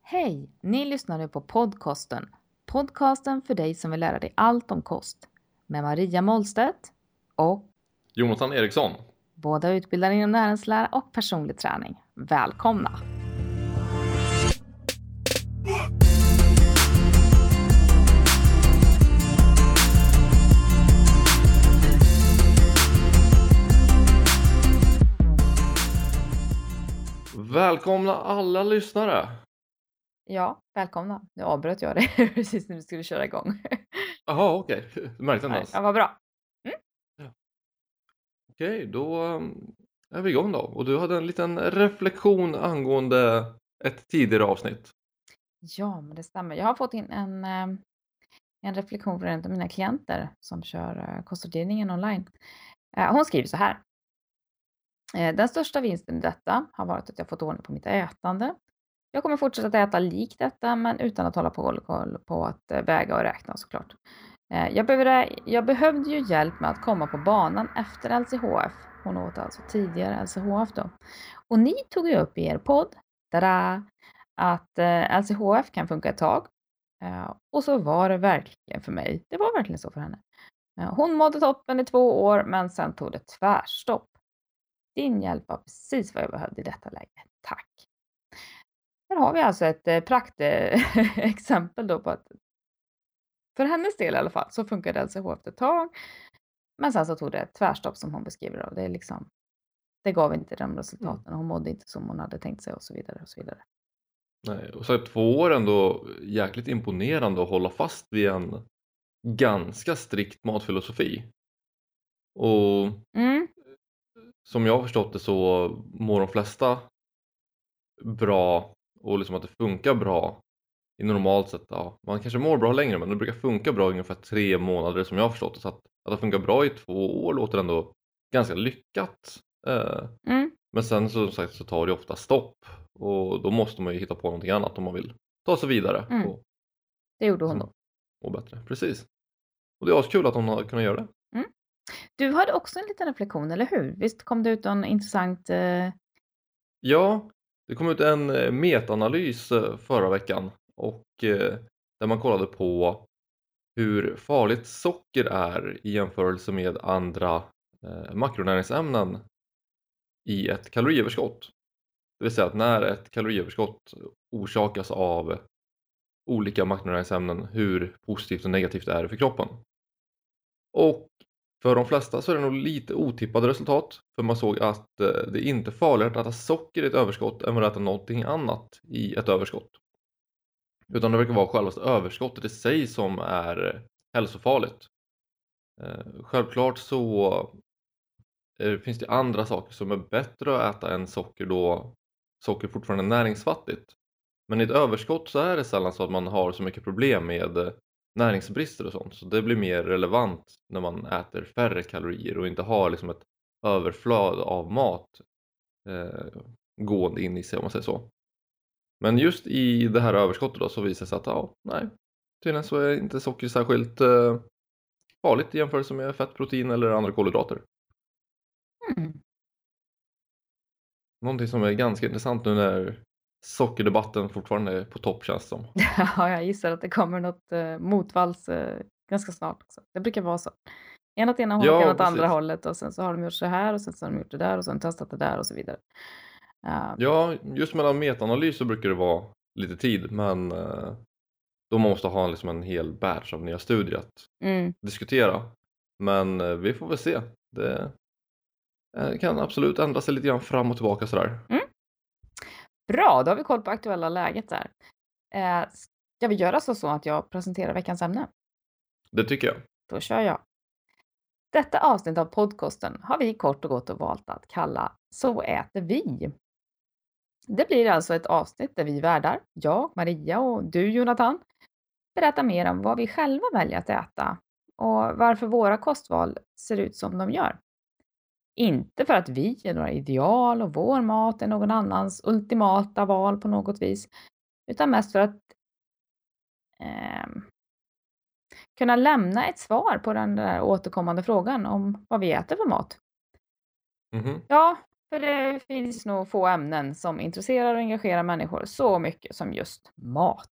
Hej! Ni lyssnar nu på podcasten. Podcasten för dig som vill lära dig allt om kost. Med Maria Målstedt och Jonathan Eriksson. båda utbildade inom näringslära och personlig träning. Välkomna! Välkomna alla lyssnare. Ja, välkomna. Nu avbröt jag det precis när vi skulle köra igång. Jaha, okej. Du märkte inte ens. Ja, vad bra. Okej, då är vi igång då. Och du hade en liten reflektion angående ett tidigare avsnitt. Ja, men det stämmer. Jag har fått in en reflektion från en av mina klienter som kör kostrådgivningen online. Hon skriver så här. Den största vinsten i detta har varit att jag fått ordning på mitt ätande. Jag kommer fortsätta äta likt detta, men utan att hålla på att väga och räkna såklart. Jag behövde ju hjälp med att komma på banan efter LCHF. Hon åt alltså tidigare LCHF då. Och ni tog ju upp i er podd att LCHF kan funka ett tag. Och så var det verkligen för mig. Det var verkligen så för henne. Hon mådde toppen i 2 år, men sen tog det tvärstopp. Din hjälp var precis vad jag behövde i detta läge. Tack! Här har vi alltså ett praktexempel då på att för hennes del i alla fall så funkade LCHF ett tag. Men sen så tog det ett tvärstopp som hon beskriver av. Det gav inte de resultaten. Hon mådde inte som hon hade tänkt sig och så vidare och så vidare. Nej, och så 2 år ändå jäkligt imponerande att hålla fast vid en ganska strikt matfilosofi. Och som jag har förstått det så mår de flesta bra och liksom att det funkar bra i normalt sett, ja, man kanske mår bra längre, men det brukar funka bra i ungefär 3 månader som jag har förstått det. Så att det funkar bra i 2 år låter ändå ganska lyckat. Men sen som sagt så tar det ofta stopp och då måste man ju hitta på någonting annat om man vill ta sig vidare. Och, det gjorde hon då. Och bättre, precis. Och det är också kul att hon har kunnat göra det. Du hade också en liten reflektion, eller hur? Visst kom det ut en intressant... Ja, det kom ut en metaanalys förra veckan och där man kollade på hur farligt socker är i jämförelse med andra makronäringsämnen i ett kaloriöverskott. Det vill säga att när ett kaloriöverskott orsakas av olika makronäringsämnen, hur positivt och negativt det är för kroppen. Och för de flesta så är det nog lite otippade resultat. För man såg att det är inte farligare att äta socker i ett överskott än att äta någonting annat i ett överskott. Utan det verkar vara själva överskottet i sig som är hälsofarligt. Självklart så finns det andra saker som är bättre att äta än socker då socker fortfarande är näringsfattigt. Men i ett överskott så är det sällan så att man har så mycket problem med näringsbrister och sånt. Så det blir mer relevant när man äter färre kalorier och inte har liksom ett överflöd av mat gående in i sig om man säger så. Men just i det här överskottet då så visar det sig att nej, tydligen så är inte socker särskilt farligt i jämförelse med fett, protein eller andra kolhydrater. Någonting som är ganska intressant nu när sockerdebatten fortfarande är på topp känns som. Ja, jag gissar att det kommer något motvalls ganska snart också. Det brukar vara så. Ena hållet, åt andra hållet och sen så har de gjort så här och sen så har de gjort det där och sen testat det där och så vidare. Ja, just mellan metaanalys så brukar det vara lite tid, men då måste ha liksom en hel batch av nya studier att diskutera. Men vi får väl se. Det kan absolut ändra sig lite grann fram och tillbaka sådär. Bra, då har vi koll på aktuella läget där. Ska vi göra så att jag presenterar veckans ämne? Det tycker jag. Då kör jag. Detta avsnitt av podcasten har vi kort och gott valt att kalla Så äter vi. Det blir alltså ett avsnitt där vi värdar, jag, Maria och du Jonathan, berättar mer om vad vi själva väljer att äta och varför våra kostval ser ut som de gör. Inte för att vi är några ideal och vår mat är någon annans ultimata val på något vis, utan mest för att kunna lämna ett svar på den där återkommande frågan om vad vi äter för mat. Ja, För det finns nog få ämnen som intresserar och engagerar människor så mycket som just mat.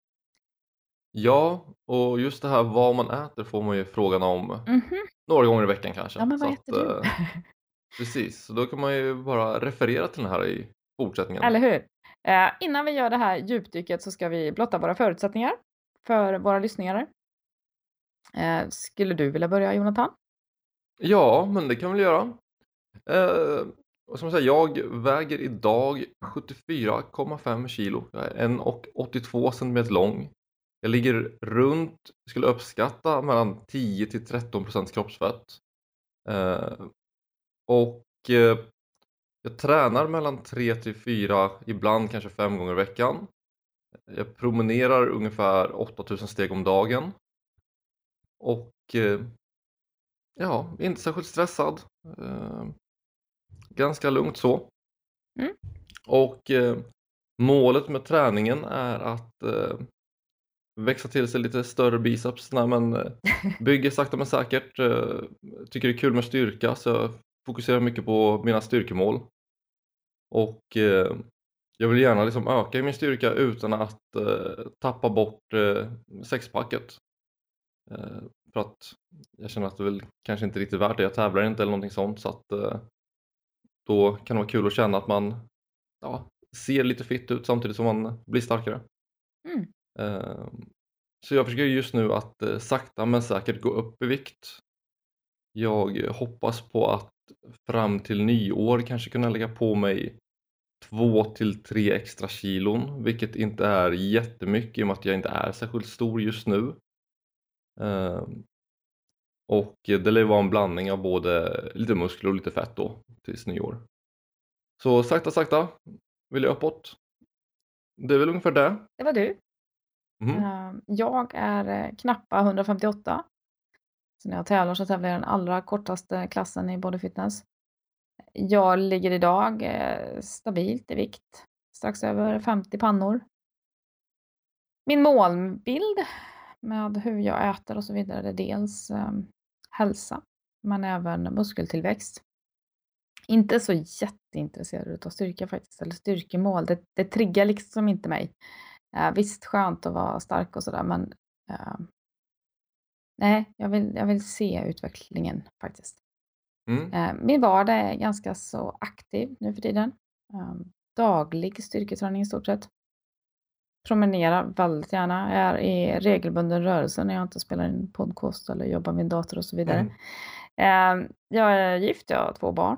Ja, och just det här vad man äter får man ju frågan om Mhm. några gånger i veckan kanske. Ja, men Så vad att, äter du? precis, så då kan man ju bara referera till den här i fortsättningen. Eller hur? Innan vi gör det här djupdyket så ska vi blotta våra förutsättningar för våra lyssnare. Skulle du vilja börja, Jonathan? Ja, men det kan vi väl göra. Vad ska man säga, jag väger idag 74,5 kilo. Jag är 1,82 centimeter lång. Jag ligger runt, skulle uppskatta mellan 10 till 13% kroppsfett. Eh, och jag tränar mellan 3 till 4, ibland kanske 5 gånger i veckan. Jag promenerar ungefär 8000 steg om dagen. Och ja, inte särskilt stressad. Eh, Ganska lugnt så. Mm. Och målet med träningen är att växa till sig lite större biceps. Nej, men bygger sakta men säkert. Tycker det är kul med styrka, så jag fokuserar mycket på mina styrkemål. Och jag vill gärna liksom öka i min styrka utan att tappa bort sexpacket. Eh, för att jag känner att det väl kanske inte är riktigt värt det. Jag tävlar inte eller någonting sånt, så att då kan det vara kul att känna att man, ja, ser lite fit ut samtidigt som man blir starkare. Mm. Eh, så jag försöker just nu att sakta men säkert gå upp i vikt. Jag hoppas på att fram till nyår kanske kunna lägga på mig 2 till 3 extra kilon, vilket inte är jättemycket i och med att jag inte är särskilt stor just nu. Eh, och det lär vara en blandning av både lite muskler och lite fett då tills nyår. Så sakta vill jag uppåt. Det är väl ungefär det. Det var du. Mhm. Jag är knappa 158. Så när jag tävlar så tävlar jag i den allra kortaste klassen i body fitness. Jag ligger idag stabilt i vikt, strax över 50 pannor. Min målbild med hur jag äter och så vidare, det är dels hälsa, men även muskeltillväxt. Inte så jätteintresserad av styrka faktiskt, eller styrkemål. Det triggar liksom inte mig. Visst, skönt att vara stark och sådär, men nej, jag vill se utvecklingen faktiskt. Mm. Min vardag är ganska så aktiv nu för tiden. Daglig styrketräning i stort sett. Promenerar väldigt gärna, är i regelbunden rörelse när jag inte spelar in podcast eller jobbar med en dator och så vidare. Jag är gift, jag har 2 barn.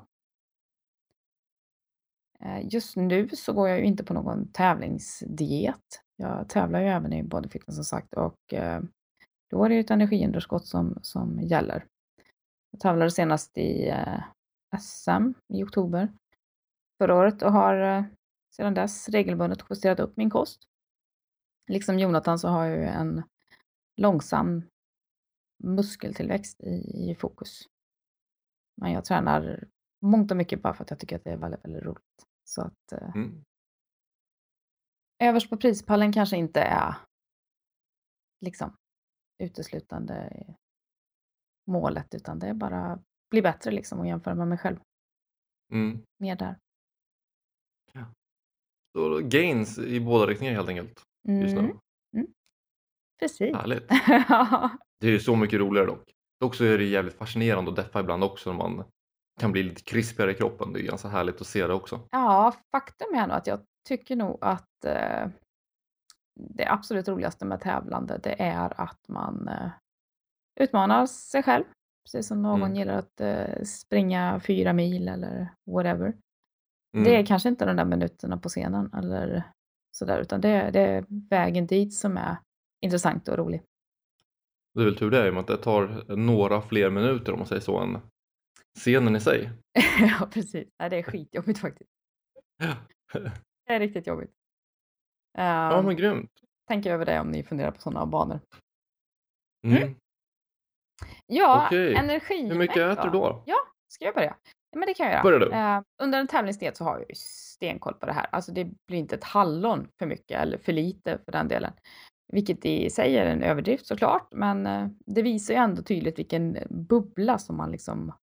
Just nu så går jag ju inte på någon tävlingsdiet. Jag tävlar ju även i bodyfitness som sagt, och då är det ju ett energiunderskott som gäller. Jag tävlade senast i SM i oktober förra året och har sedan dess regelbundet justerat upp min kost. Liksom Jonathan så har jag ju en långsam muskeltillväxt i fokus. Men jag tränar mångt och mycket bara för att jag tycker att det är väldigt, väldigt roligt. Så att Mm. överst på prispallen kanske inte är liksom uteslutande målet, utan det är bara bli bättre liksom och jämföra med mig själv. Mm. Mer där. Ja. Så gains i båda riktningar helt enkelt just Mm, nu. mm, precis. Härligt. Det är ju så mycket roligare dock. Dock så är det jävligt fascinerande och deppa ibland också när man kan bli lite krispigare i kroppen. Det är ganska härligt att se det också. Ja, faktum är nog att jag tycker nog att det absolut roligaste med tävlande, det är att man utmanar sig själv. Precis som någon Mm. gillar att springa 4 mil eller whatever. Det är Mm. kanske inte de där minuterna på scenen eller sådär, utan det är vägen dit som är intressant och rolig. Det är väl tur det, i och med att det tar några fler minuter om man säger så än scenen i sig. Ja, precis. Nej, det är skitjobbigt faktiskt. Det är riktigt jobbigt. Ja, men grymt. Tänk över det om ni funderar på sådana banor. Mm. Mm. Ja, Okej. Hur mycket energimätt äter du då? då? Ja, ska jag börja? Ja, men det kan jag göra. Börjar du? Under en tävlingsdiet så har jag ju stenkoll på det här. Alltså det blir inte ett hallon för mycket eller för lite för den delen. Vilket i sig är en överdrift såklart, men det visar ju ändå tydligt vilken bubbla som man liksom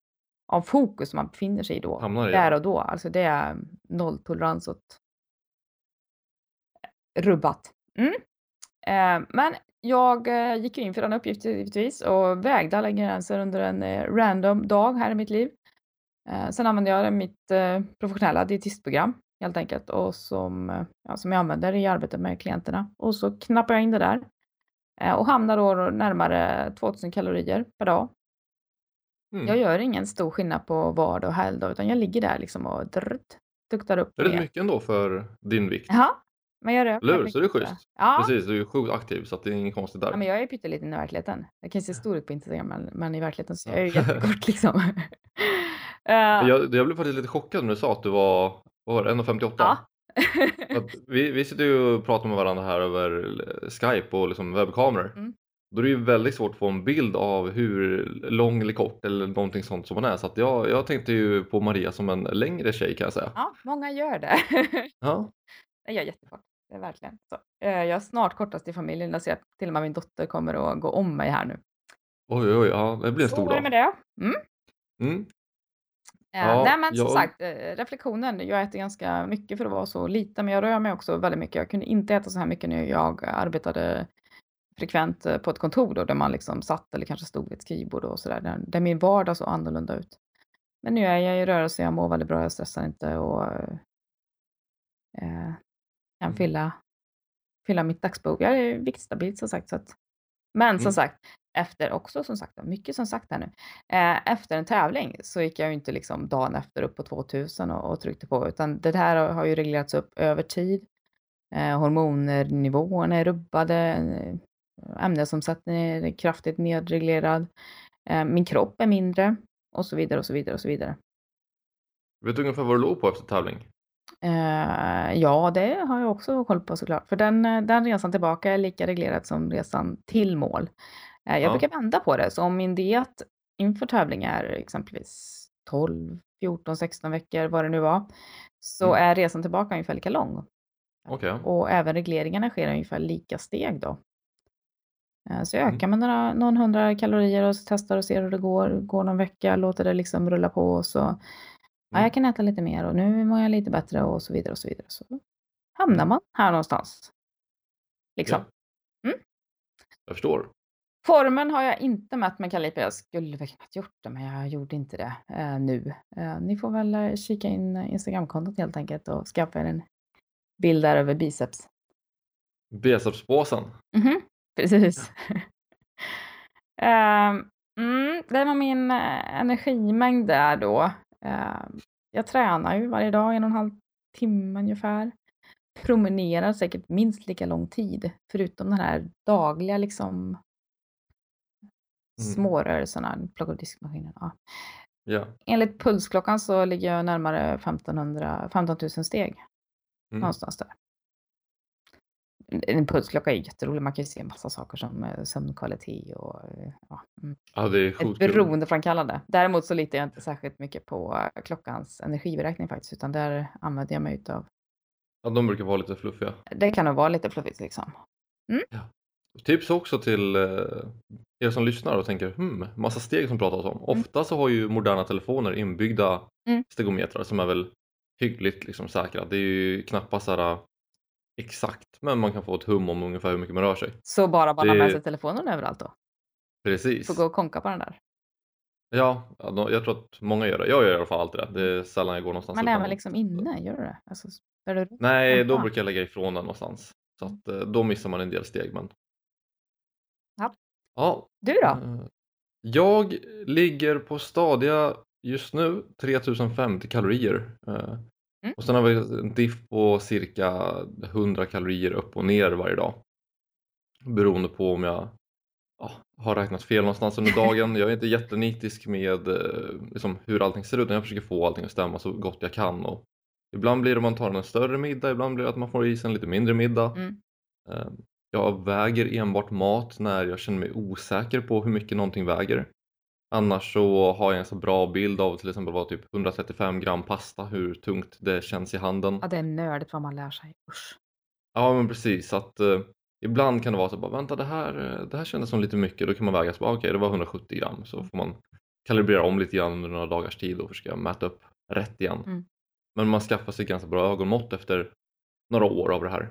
av fokus man befinner sig i då, Hamnar i, där ja. och då. Alltså det är nolltolerans åt rubbat. Mm. Men jag gick ju in för den uppgiften givetvis och vägde alla gränser under en random dag här i mitt liv. Sen använde jag mitt professionella dietistprogram helt enkelt och som jag använder i arbetet med klienterna. Och så knappar jag in det där och hamnar då närmare 2000 kalorier per dag. Jag Mm. gör ingen stor skillnad på vardag och helgdag utan jag ligger där liksom och duktar upp Det är och rätt ner. mycket ändå för din vikt. Ja, men jag rör Eller mig hur? Så det är mycket på det. schysst. Ja. Precis, du är ju sjukt aktiv så att det är inget konstigt Ja, där. men jag är pytteliten i verkligheten. Jag kan se stor ut på Instagram, men i verkligheten så är Ja. jag ju jättekort liksom. Eh, Jag blev faktiskt lite chockad när du sa att du var, vad var det, 1,58? ja. För att vi sitter ju och pratar med varandra här över Skype och liksom webbkameror. Mm. Då är det ju väldigt svårt att få en bild av hur lång eller kort eller någonting sånt som man är. Så att jag tänkte ju på Maria som en längre tjej kan jag säga. Ja, många gör det. Ja, Jag är jättekort, det är verkligen så. Jag är snart kortast i familjen. Jag ser att till och med min dotter kommer att gå om mig här nu. oj, oj, ja, det blir en stor Så är det dag. med det. Mm. Mm. Nej Ja, men som sagt, reflektionen. Jag äter ganska mycket för att vara så liten, men jag rör mig också väldigt mycket. Jag kunde inte äta så här mycket när jag arbetade frekvent på ett kontor då, där man liksom satt eller kanske stod vid ett skrivbord och sådär. Där min vardag såg annorlunda ut. Men nu är jag i rörelse, jag mår väldigt bra, jag stressar inte och eh, kan mm. fylla mitt dagsbehov. Jag är viktstabil som sagt. Så att, men som Mm. sagt, efter också som sagt, mycket som sagt här nu. Efter en tävling så gick jag ju inte liksom dagen efter upp på 2000 och tryckte på, utan det här har ju reglerats upp över tid. Hormonnivåerna är rubbade, ämnesomsättningen är kraftigt nedreglerad, min kropp är mindre och så vidare och så vidare och så vidare. Vet du ungefär vad du låg på efter tävling? Ja, det har jag också koll på såklart. För den resan tillbaka är lika reglerad som resan till mål. Jag brukar Ja. vända på det. Så om min diet inför tävling är exempelvis 12, 14, 16 veckor, vad det nu var, så Mm. är resan tillbaka ungefär lika lång. Okej. Och även regleringarna sker ungefär lika steg då. Så jag Mm. ökar med någon 100 kalorier och testar och ser hur det går. Går någon vecka, låter det liksom rulla på och så ja, Mm. jag kan äta lite mer och nu mår jag lite bättre och så vidare och så vidare. Så hamnar Mm. man här någonstans. Liksom. Ja, Mm. jag förstår. Formen har jag inte mätt med kaliper. Jag skulle väl ha gjort det, men jag gjorde inte det nu. Ni får väl kika in Instagramkontot helt enkelt och skaffa er en bild där över biceps. Bicepspåsen. Mhm, precis. Det var min energimängd där då. Jag tränar ju varje dag 1,5 timme ungefär. Promenerar säkert minst lika lång tid, förutom den här dagliga liksom Mm. smårörelserna, plocka upp diskmaskinen. Ja. Ja. Enligt pulsklockan så ligger jag närmare 15 000 steg. Mm. Någonstans där. En pulsklocka är jätterolig. Man kan ju se en massa saker som sömnkvalitet och ja, Ja, det är ett sjukt kul. beroendeframkallande. Däremot så litar jag inte särskilt mycket på klockans energiberäkning faktiskt, utan där använder jag mig utav. Ja, de brukar vara lite fluffiga. Det kan nog vara lite fluffigt liksom. Tips också till er som lyssnar och tänker massa steg som pratas om. Ofta så har ju moderna telefoner inbyggda Mm. stegometrar som är väl hyggligt liksom säkra. Det är ju knappast så här exakt, men man kan få ett hum om ungefär hur mycket man rör sig. Så bara man har Det- med sig telefonen överallt då? Precis. Får gå och konka på den där. Ja, jag tror att många gör det. Jag gör i alla fall alltid det. Det är sällan jag går någonstans Men utan även liksom inne, gör du det? Alltså, spelar du runt? Nej, då Hemma? brukar jag lägga ifrån den någonstans. Så att då missar man en del steg. Men Ja. ja, Du då? jag ligger på stadiga just nu 3050 kalorier. Och sen har vi en diff på cirka 100 kalorier upp och ner varje dag. Beroende på om jag har räknat fel någonstans under dagen. Jag är inte jättenitisk med liksom, hur allting ser ut. Jag försöker få allting att stämma så gott jag kan. Och ibland blir det att man tar en större middag. Ibland blir det att man får i sig en lite mindre middag. Jag väger enbart mat när jag känner mig osäker på hur mycket någonting väger. Annars så har jag en så bra bild av till exempel vad typ 135 gram pasta, hur tungt det känns i handen. Ja, det är nördigt vad man lär sig. Usch. Ja, men precis. Så att ibland kan det vara så bara, vänta det här kändes som lite mycket. Då kan man väga så bara, okej, det var 170 gram. Så får man kalibrera om lite grann under några dagars tid och försöka mäta upp rätt igen. Mm. Men man skaffar sig ganska bra ögonmått efter några år av det här.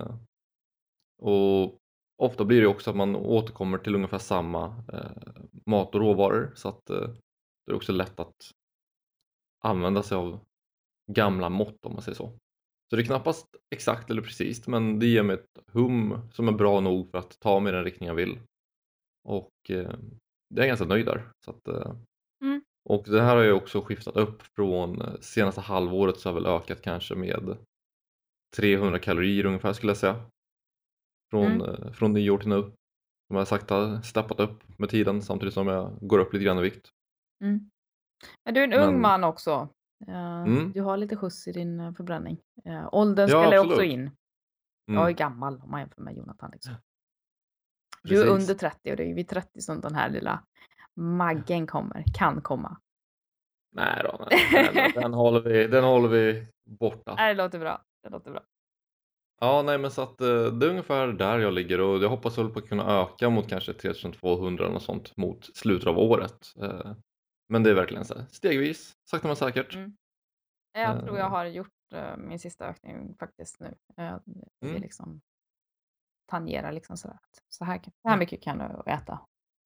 Och ofta blir det också att man återkommer till ungefär samma mat och råvaror, så att det är också lätt att använda sig av gamla mått, om man säger så. Så det är knappast exakt eller precis, men det ger mig ett hum som är bra nog för att ta mig i den riktning jag vill. Och det är jag ganska nöjd där. Så att, Mm. och det här har jag också skiftat upp från senaste halvåret, så har jag väl ökat kanske med 300 kalorier ungefär, skulle jag säga. Från nyår till nu. Som jag sagt har steppat upp med tiden samtidigt som jag går upp lite grann i vikt. Mm. Men du är en ung man också. Mm. Du har lite skjuts i din förbränning. Åldern Ja, spelar också absolut. in. Jag är gammal om man jämför med Jonathan. Liksom. Du är under 30 och det är vid 30 som den här lilla maggen kan komma. Nej då, den håller vi borta. Nej, det låter bra. Ja, nej, men så att det är ungefär där jag ligger, och jag hoppas väl på att kunna öka mot kanske 3200 eller något sånt mot slutet av året. Men det är verkligen så här, stegvis, sakta men säkert. Jag tror jag har gjort min sista ökning faktiskt nu. Det liksom tangerar liksom sådär. Så här mycket kan du äta.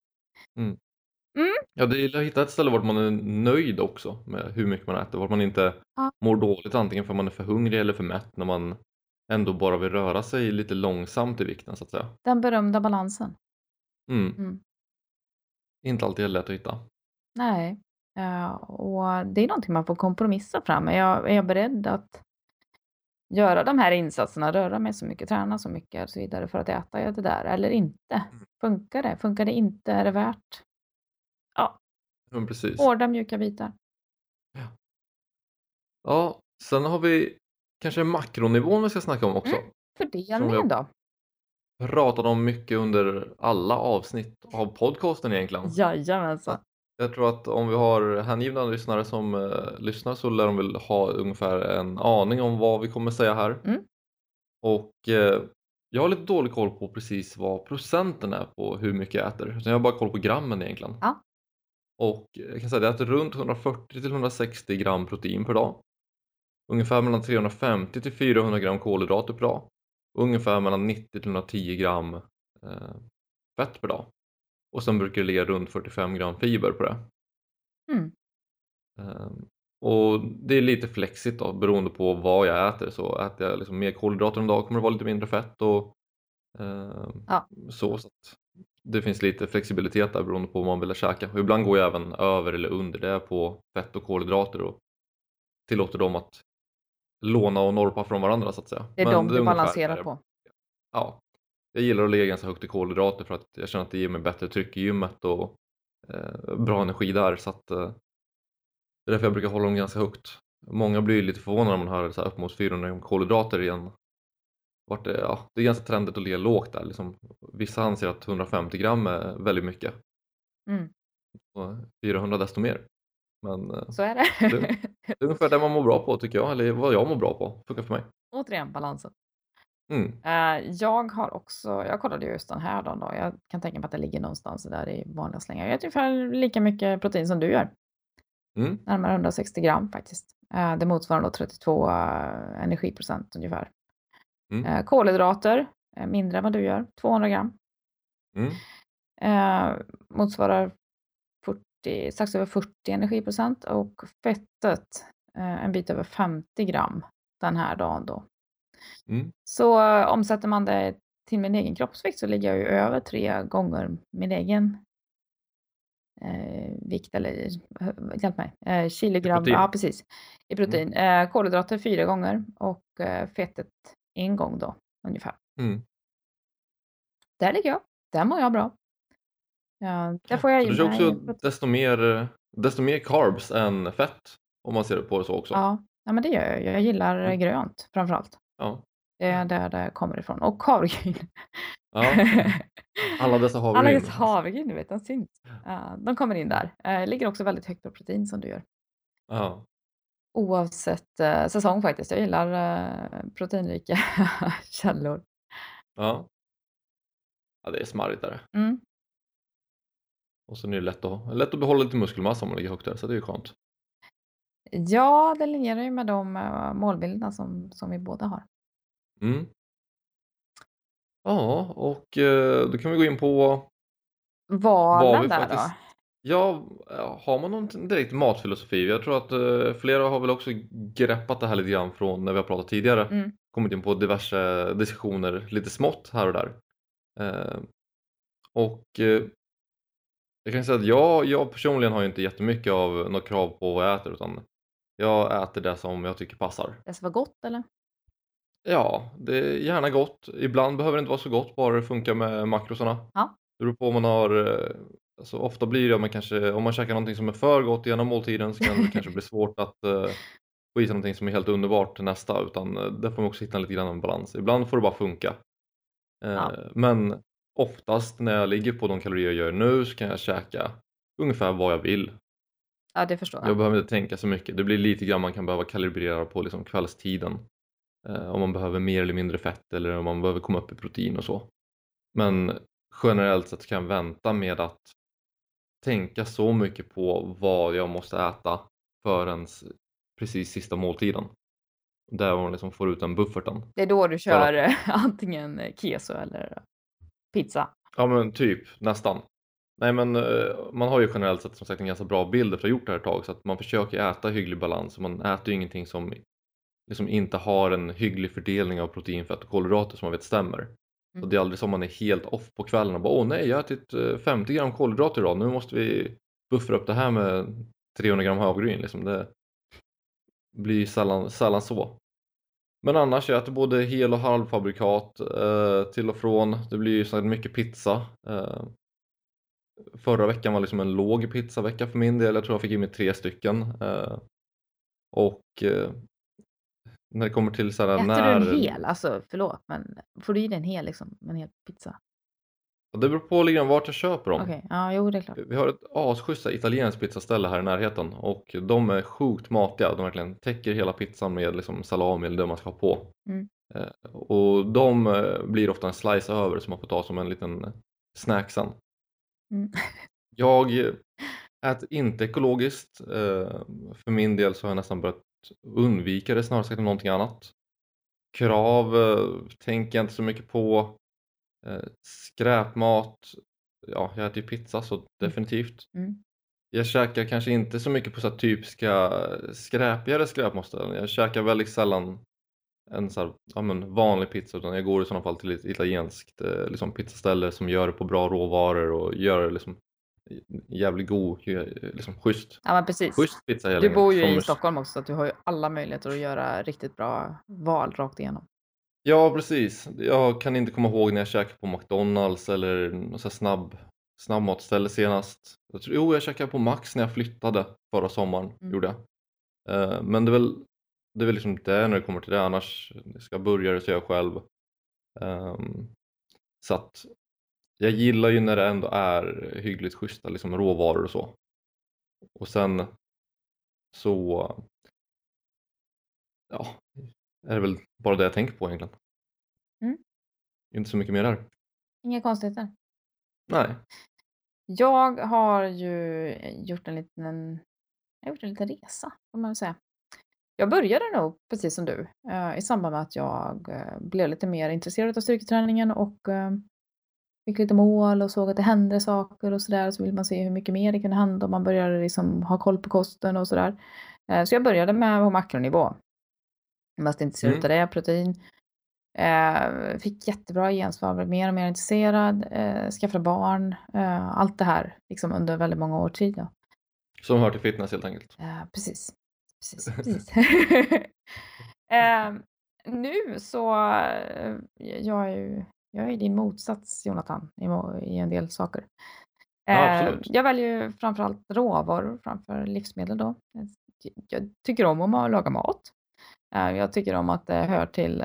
Ja, det gäller att hitta ett ställe vart man är nöjd också med hur mycket man äter. Vart man inte mår dåligt antingen för man är för hungrig eller för mätt, när man ändå bara vill röra sig lite långsamt i vikten, så att säga. Den berömda balansen. Inte alltid lätt att hitta. Nej. Och det är någonting man får kompromissa fram. Är jag beredd att göra de här insatserna, röra mig så mycket, träna så mycket och så vidare för att äta det där eller inte? Funkar det? Funkar det inte? Är det värt? Ja. Men precis. Hårda mjuka bitar. Ja, sen har vi kanske makronivån vi ska snacka om också. Fördelningen då? Pratat om mycket under alla avsnitt av podcasten egentligen. Jajamensan. Jag tror att om vi har hängivna lyssnare som lyssnar, så lär de väl ha ungefär en aning om vad vi kommer säga här. Och jag har lite dålig koll på precis vad procenten är på hur mycket jag äter. Så jag har bara koll på grammen egentligen. Ja. Och jag kan säga att jag äter runt 140 till 160 gram protein per dag. Ungefär mellan 350 till 400 gram kolhydrater per dag. Ungefär mellan 90 till 110 gram fett per dag. Och sen brukar det ligga runt 45 gram fiber på det. Och det är lite flexigt då, beroende på vad jag äter. Så äter jag liksom mer kolhydrater en dag kommer det vara lite mindre fett. Och så att det finns lite flexibilitet där beroende på vad man vill käka. Och ibland går jag även över eller under det på fett och kolhydrater och tillåter dem att låna och norpa från varandra, så att säga. Det är de du balanserar på. Ja, jag gillar att ligga ganska högt i kolhydrater för att jag känner att det ger mig bättre tryck i gymmet och bra energi där, så att det är därför jag brukar hålla dem ganska högt. Många blir lite förvånade när man hör så här upp mot 400 gram kolhydrater igen. Det är ganska trendigt att ligga lågt där. Liksom, vissa anser att 150 gram är väldigt mycket. Och 400 desto mer. Men så är det. Det är ungefär det man mår bra på, tycker jag. Eller vad jag mår bra på. Funkar för mig. Återigen balansen. Jag kollade just den här dagen då. Jag kan tänka mig att det ligger någonstans där i vanliga slängar. Jag äter ungefär lika mycket protein som du gör. Närmare 160 gram faktiskt. Det motsvarar då 32 energiprocent ungefär. Kolhydrater, mindre än vad du gör, 200 gram. Motsvarar strax över 40 energiprocent. Och fettet en bit över 50 gram den här dagen då. Så omsätter man det till min egen kroppsvikt så ligger jag ju över 3 gånger min egen vikt, eller hjälp mig, kilogram, ja precis, i protein. Kolhydrater 4 gånger och fettet 1 gång då ungefär. Där ligger jag, där mår jag bra. Där får jag så du kör också desto mer carbs än fett, om man ser det på det så också. Ja, men det gör jag. Jag gillar grönt framförallt. Ja. Det är där det kommer ifrån. Och havregryn. Ja. Alla dessa havregryn, du vet, de syns. De kommer in där. Ligger också väldigt högt på protein som du gör. Ja. Oavsett säsong faktiskt. Jag gillar proteinrika källor. Ja. Ja, det är smarrigt där. Och sen är det lätt att behålla lite muskelmassa om man ligger högt där, så det är ju skönt. Ja, det linjerar ju med de målbilderna som vi båda har. Mm. Ja, och då kan vi gå in på vad Valen vi där då? faktiskt... Ja, har man någon direkt matfilosofi? Jag tror att flera har väl också greppat det här lite grann från när vi har pratat tidigare. Mm. Kommit in på diverse diskussioner, lite smått här och där. Eh, och jag kan säga att jag personligen har ju inte jättemycket av något krav på vad jag äter, utan jag äter det som jag tycker passar. Det ska vara gott eller? Ja, det är gärna gott. Ibland behöver det inte vara så gott, bara det funkar med makrosarna. Ja. Det beror på om man har, alltså ofta blir det att man kanske, om man käkar någonting som är för gott i ena måltiden, så kan det kanske bli svårt att få i sig någonting som är helt underbart till nästa, utan där får man också hitta lite grann en balans. Ibland får det bara funka. Ja. Men oftast när jag ligger på de kalorier jag gör nu, så kan jag käka ungefär vad jag vill. Ja, det förstår Jag jag. behöver inte tänka så mycket. Det blir lite grann man kan behöva kalibrera på liksom kvällstiden. Om man behöver mer eller mindre fett, eller om man behöver komma upp i protein och så. Men generellt sett kan jag vänta med att tänka så mycket på vad jag måste äta förrän precis sista måltiden. Där man liksom får ut den bufferten. Det är då du För kör att, antingen keso eller pizza. ja men typ, nästan. Nej men man har ju generellt sett som sagt en ganska bra bild efter att ha gjort det här ett tag, så att man försöker äta hygglig balans, och man äter ju ingenting som liksom inte har en hygglig fördelning av protein, fett och kolhydrater som man vet stämmer. Så Mm. det är aldrig som man är helt off på kvällen och bara åh nej, jag har ätit 50 gram kolhydrater idag, nu måste vi buffra upp det här med 300 gram havregryn liksom. Det blir sällan så. Men annars, jag äter både hel- och halvfabrikat till och från. Det blir ju så mycket pizza. Förra veckan var liksom en låg pizzavecka för min del. Jag tror jag fick i mig 3 stycken. Och när det kommer till så här, Äter du en hel? Alltså, förlåt, men får du i dig en hel liksom, en hel pizza? det beror på lite grann vart jag köper dem. Okej, ja, jo, det är klart. Vi har ett asschyssta italienskt pizzaställe här i närheten, och de är sjukt matiga. De verkligen täcker hela pizzan med liksom salami eller det man ska ha på. Mm. Och de blir ofta en slice över som man får ta som en liten snack sen. Mm. Jag äter inte ekologiskt. För min del så har jag nästan börjat undvika det snarare än någonting annat. Krav tänker jag inte så mycket på. Skräpmat, ja, jag äter ju pizza så definitivt. Mm. Jag käkar kanske inte så mycket på så här typiska skräpigare skräpmatställen. Jag käkar väldigt sällan en så här, ja, men vanlig pizza, utan jag går i sådana fall till ett italienskt liksom pizzaställe som gör det på bra råvaror och gör det liksom jävligt god, liksom Ja, men precis. schysst pizza helt Du enkelt. bor ju i Som- Stockholm också, så att du har ju alla möjligheter att göra riktigt bra val rakt igenom. Ja, precis. Jag kan inte komma ihåg när jag käkade på McDonalds eller något så här snabbmatställe senast. Jag käkade på Max när jag flyttade förra sommaren, gjorde jag. Men det är väl liksom det när det kommer till det. Annars ska jag burgare så jag själv. Så att jag gillar ju när det ändå är hyggligt schyssta liksom råvaror och så. Och sen så ja, är det väl bara det jag tänker på egentligen. Mm. Inte så mycket mer där. Inga konstigheter. Nej. Jag har ju gjort en liten resa, får man väl säga. Jag började nog precis som du, i samband med att jag blev lite mer intresserad av styrketräningen och fick lite mål och såg att det hände saker och sådär. Så vill man se hur mycket mer det kunde hända om man började liksom ha koll på kosten och sådär. Så jag började med på makronivå. Mest intresserad av det, protein. Fick jättebra gensvar, blev mer och mer intresserad, skaffade barn, allt det här liksom under väldigt många år tid. Då. Som hör till fitness helt enkelt. Precis. Nu så, jag är din motsats, Jonathan, i en del saker. Ja, absolut. Jag väljer ju framförallt råvaror framför livsmedel då. Jag tycker om att laga mat. Jag tycker om att det hör till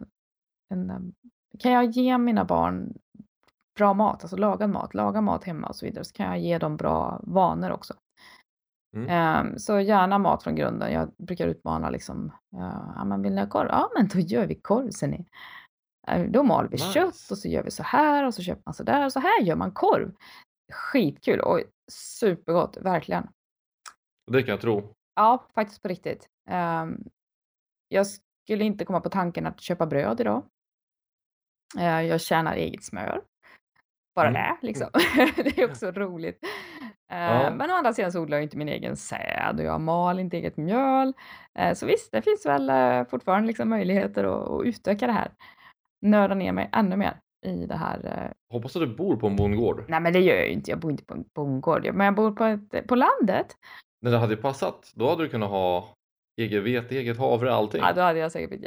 kan jag ge mina barn bra mat, alltså laga mat hemma och så vidare, så kan jag ge dem bra vanor också. Så gärna mat från grunden. Jag brukar utmana liksom, ja men vill ni ha korv? Ja men då gör vi korv, ser ni. Då mal vi kött och så gör vi så här och så köper man så där och så här gör man korv. skitkul och supergott, verkligen. Det kan jag tro. Ja, faktiskt på riktigt. Jag skulle inte komma på tanken att köpa bröd idag. Jag tjänar eget smör. Bara Mm. det liksom. Det är också roligt. Ja, Men å andra sidan så odlar jag inte min egen säd och jag mal inte eget mjöl. Så visst, det finns väl fortfarande liksom möjligheter att utöka det här. Nörda ner mig ännu mer i det här. hoppas att du bor på en bondgård. Nej, men det gör jag ju inte. Jag bor inte på en bondgård, men jag bor på landet. När det hade passat, då hade du kunnat ha eget vete, eget havre, Ja, allting. då hade jag säkert blivit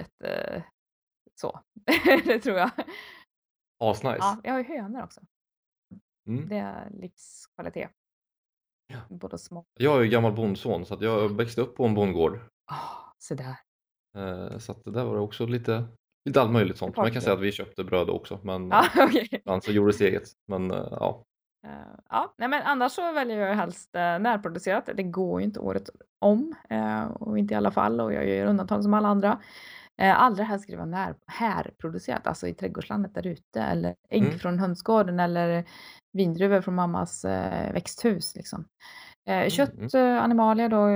så. Det tror jag. Asnice. Ja, jag har ju hönor också. Mm. Det är livskvalitet. Ja. Både små. Jag är ju gammal bondson så att jag växte upp på en bondgård. Så där. Så att det där var också lite allt möjligt sånt. Men jag kan säga Partyliv. att vi köpte bröd också. Men Ja, okej. ibland så gjorde det eget. Men ja. Ja, nej men annars så väljer jag helst närproducerat. Det går ju inte året om och inte i alla fall och jag gör undantag som alla andra. Allra helst ska det vara härproducerat, alltså i trädgårdslandet där ute eller ägg Mm. från hönsgården eller vindruvor från mammas växthus liksom. Mm. Mm. Kött, animalier då,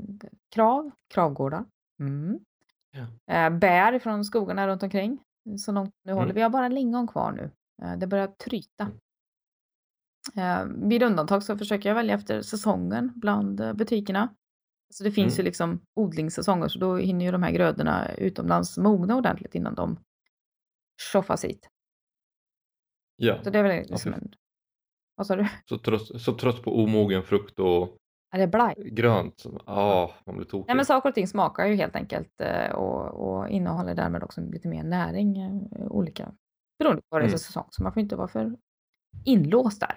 kravgårdar. Mm. Ja. Bär från skogarna runt omkring. Så långt nu håller. Mm. Vi har bara lingon kvar nu. Det börjar tryta. Mm. Vid undantag så försöker jag välja efter säsongen bland butikerna. Så det finns ju Mm. liksom odlingssäsonger så då hinner ju de här grödorna utomlands mogna ordentligt innan de tjoffas hit. Ja. Så det är väl Ja, liksom vad sa du? så trött på omogen frukt och Är det blaj? grönt. Ja, man blir Nej, men tokig. saker och ting smakar ju helt enkelt och innehåller därmed också lite mer näring olika beroende på vad det är för Mm. säsong. Så man får inte vara för inlåst där.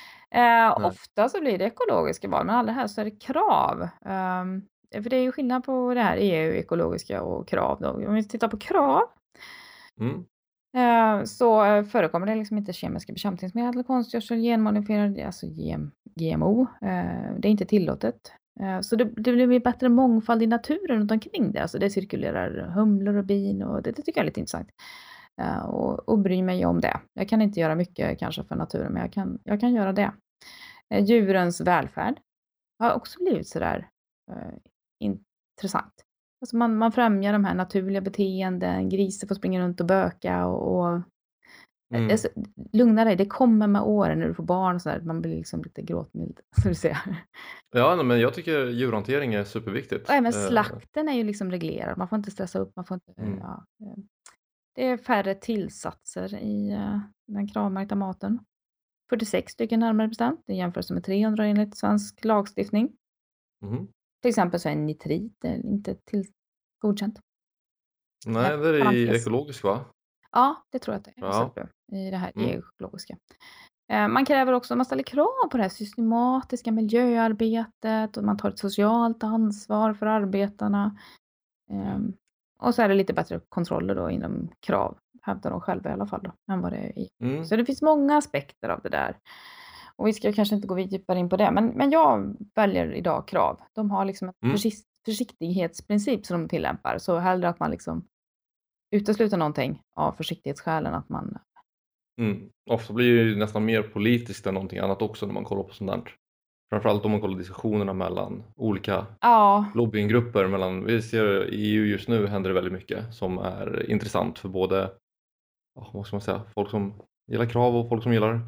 Nej. Ofta så blir det ekologiska val, men allra helst så är det krav. För det är ju skillnad på det här EU-ekologiska och krav då. Om vi tittar på krav Mm. så förekommer det liksom inte kemiska bekämpningsmedel, konstgödsel, genmodifierade, alltså GMO. Det är inte tillåtet. Så det blir bättre mångfald i naturen runt omkring det. Alltså det cirkulerar humlor och bin och det tycker jag är lite intressant. Och bry mig om det. Jag kan inte göra mycket kanske för naturen, men jag kan göra det. Djurens välfärd har också blivit sådär intressant. Alltså man främjar de här naturliga beteenden, grisar får springa runt och böka och Mm. alltså, lugna dig, det kommer med åren när du får barn och så där, man blir liksom lite gråtmild, så du ser. Ja, nej, men jag tycker djurhantering är superviktigt. Och även slakten är ju liksom reglerad, man får inte stressa upp, man får inte, Mm. ja, det är färre tillsatser i den kravmärkta maten. 46 stycken närmare bestämt, i jämförelse med 300 enligt svensk lagstiftning. Mhm. Till exempel så är nitrit inte godkänt. Nej, det är i Parentes. ekologisk va? Ja, det tror jag att det är. Så Ja. är det i det här Mm. ekologiska. Man kräver också, man ställer krav på det här systematiska miljöarbetet och man tar ett socialt ansvar för arbetarna. Och så är det lite bättre kontroller då inom krav, hävdar de själva i alla fall då, än vad det är i. Mm. Så det finns många aspekter av det där. Och vi ska kanske inte gå djupare in på det, men jag väljer idag krav. De har liksom en Mm. försiktighetsprincip som de tillämpar, så hellre att man liksom utesluter någonting av försiktighetsskäl än att man... Mm. Ofta blir det ju nästan mer politiskt än någonting annat också när man kollar på sånt där. Framförallt om man kollar diskussionerna mellan olika Ja, lobbyinggrupper. Vi ser i EU just nu händer det väldigt mycket som är intressant för både, vad ska man säga, folk som gillar krav och folk som gillar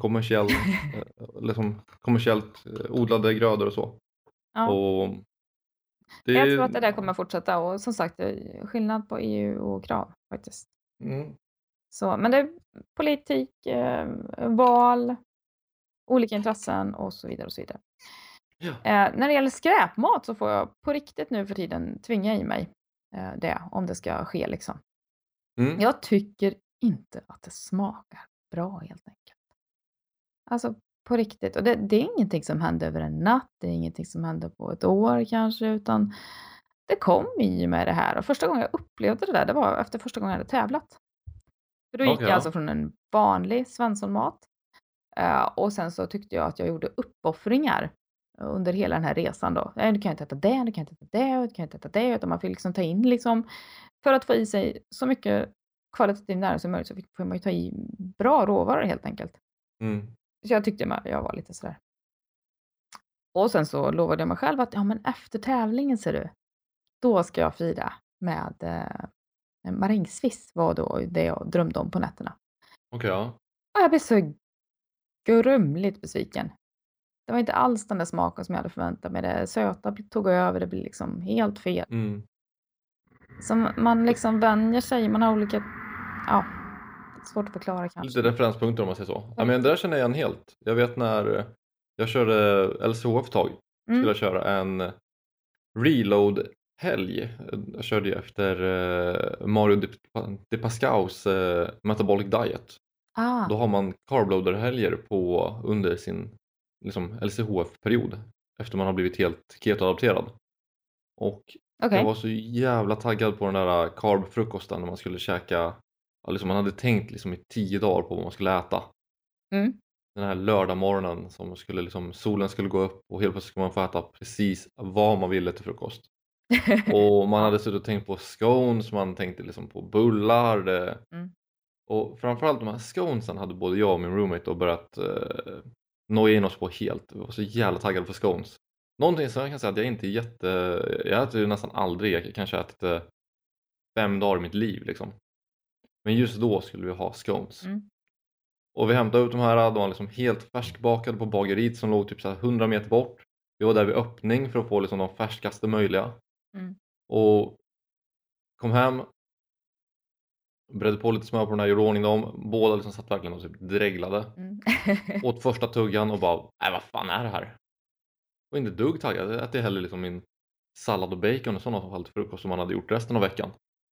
kommersiellt odlade grödor och så. ja. Och Jag tror att det där kommer fortsätta och som sagt, det är skillnad på EU och krav faktiskt. Mm. Så, men det är politik, val, olika intressen och så vidare och så vidare. Ja. När det gäller skräpmat så får jag på riktigt nu för tiden tvinga i mig det, om det ska ske liksom. Mm. Jag tycker inte att det smakar bra helt enkelt. Alltså på riktigt. Och det är ingenting som händer över en natt, det är ingenting som händer på ett år kanske, utan det kom i med det här. Och första gången jag upplevde det där, det var efter första gången jag hade tävlat. För då gick Okej, jag ja. alltså från en vanlig Svenssonmat och sen så tyckte jag att jag gjorde uppoffringar under hela den här resan då. Nej, du kan inte äta det, du kan inte äta det, du kan inte äta det, utan man fick liksom ta in liksom, för att få i sig så mycket kvalitativ näring som möjligt så får man ju ta i bra råvaror helt enkelt. Mm. Så jag tyckte jag var lite sådär. Och sen så lovade jag mig själv att, ja men efter tävlingen ser du, då ska jag fira med en marängsviss var då det jag drömde om på nätterna. Okej, ja. Och jag blev så grumligt besviken. Det var inte alls den där smaken som jag hade förväntat mig. Det söta tog över, det blev liksom helt fel. Mm. Så man liksom vänjer sig, man har olika, ja, svårt att förklara Lite kanske. referenspunkter om man säger så. Ja, Ja. men det där känner jag igen helt. Jag vet när jag körde LCHF ett tag. Skulle Mm. jag köra en reload-helg. Jag körde ju efter Mario de Pascals Metabolic Diet. Ah, Då har man carbloader-helger på under sin liksom, LCHF-period. Efter man har blivit helt keto-adapterad. Och jag okej. var så jävla taggad på den där carb-frukosten när man skulle käka. Ja, liksom man hade tänkt liksom i 10 dagar på vad man skulle äta. Mm. Den här lördagmorgonen som skulle liksom, solen skulle gå upp och helt plötsligt skulle man få äta precis vad man ville till frukost. Och man Ja. hade suttit och tänkt på scones, man tänkte liksom på bullar. Mm. Och framförallt de här sconesen hade både jag och min roommate och börjat noja in oss på helt. Vi var så jävla taggade på scones. Någonting som jag kan säga att jag inte är jag äter ju nästan aldrig, jag kanske ätit 5 dagar i mitt liv liksom. Men just då skulle vi ha scones. Mm. Och vi hämtade ut de här, de var liksom helt färskbakade på bageriet som låg typ så här 100 meter bort. Vi var där vid öppning för att få liksom de färskaste möjliga. Mm. Och kom hem, bredde på lite smör på den här, gjorde ordning dem. Båda liksom satt verkligen och typ dreglade. Mm. Åt första tuggan och bara, nej vad fan är det här? Och inte dugg taggad. Jag äter hellre liksom min sallad och bacon och sådana som fall till frukost som man hade gjort resten av veckan.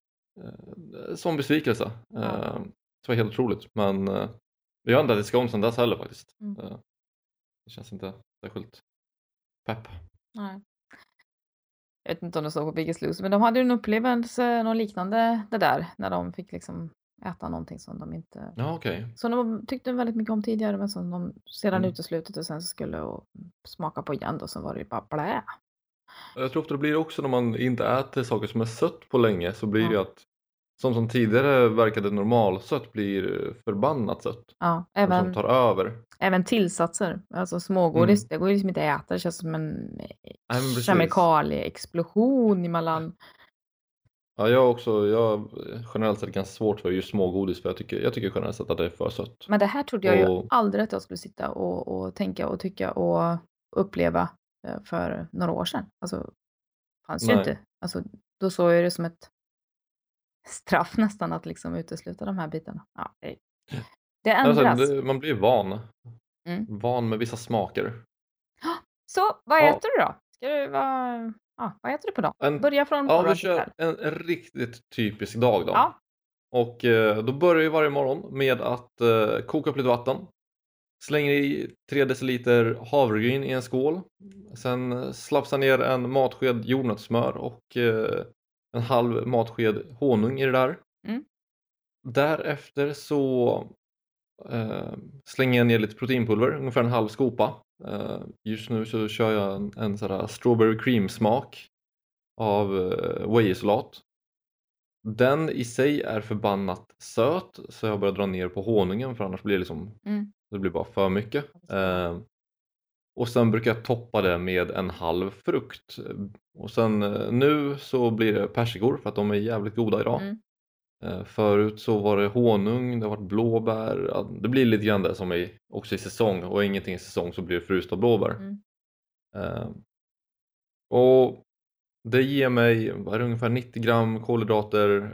Som besvikelse. Ja. Det var helt otroligt. Men jag har inte ätit scones sen dess heller faktiskt. Mm. Det känns inte särskilt pepp. Nej. Jag vet inte om de såg på Biggest Loser, men de hade ju en upplevelse, något liknande det där, när de fick liksom äta någonting som de inte, Ja, okej. som de tyckte väldigt mycket om tidigare, men som de sedan Mm. uteslutit och sen så skulle och smaka på igen då, så var det ju bara blä. Jag tror ofta det blir också när man inte äter saker som är sött på länge så blir det ju Ja. att som tidigare verkade normalsött blir förbannat sött. Ja, Som tar över. även tillsatser, alltså smågodis, Mm. det går ju liksom inte att äta, det känns som en Nej, men precis. kemikalieexplosion emellan. Ja, jag generellt sett ganska svårt för just smågodis för jag tycker generellt sett att det är för sött. Men det här trodde jag ju Och aldrig att jag skulle sitta och tänka och tycka och uppleva för några år sedan. Alltså, fanns ju nej. inte. Alltså, då såg jag det som ett straff nästan att liksom utesluta de här bitarna. Ja, det Alltså, ändras. man blir van. Mm. Van med vissa smaker. Så, vad Ja, äter du då? Vad äter du på dagen? Börja från ja, vi morgon till kör kväll. en riktigt typisk dag då. Ja. Och då börjar vi varje morgon med att koka upp lite vatten. Slänger i 3 deciliter havregryn i en skål. Sen slafsar ner en matsked jordnötssmör och en halv matsked honung i det där. Mm. Därefter så slänger jag ner lite proteinpulver, ungefär en halv skopa. Just nu så kör jag en sån här strawberry cream smak av whey-isolat. Den i sig är förbannat söt så jag börjar dra ner på honungen för annars blir det liksom, Mm. det blir bara för mycket. Och sen brukar jag toppa det med en halv frukt. Och sen nu så blir det persikor för att de är jävligt goda idag. Mm. Förut så var det honung, det har varit blåbär. Ja, det blir lite grann det som är också i säsong. Och ingenting i säsong så blir det frysta blåbär. Mm. Och det ger mig ungefär 90 gram kolhydrater,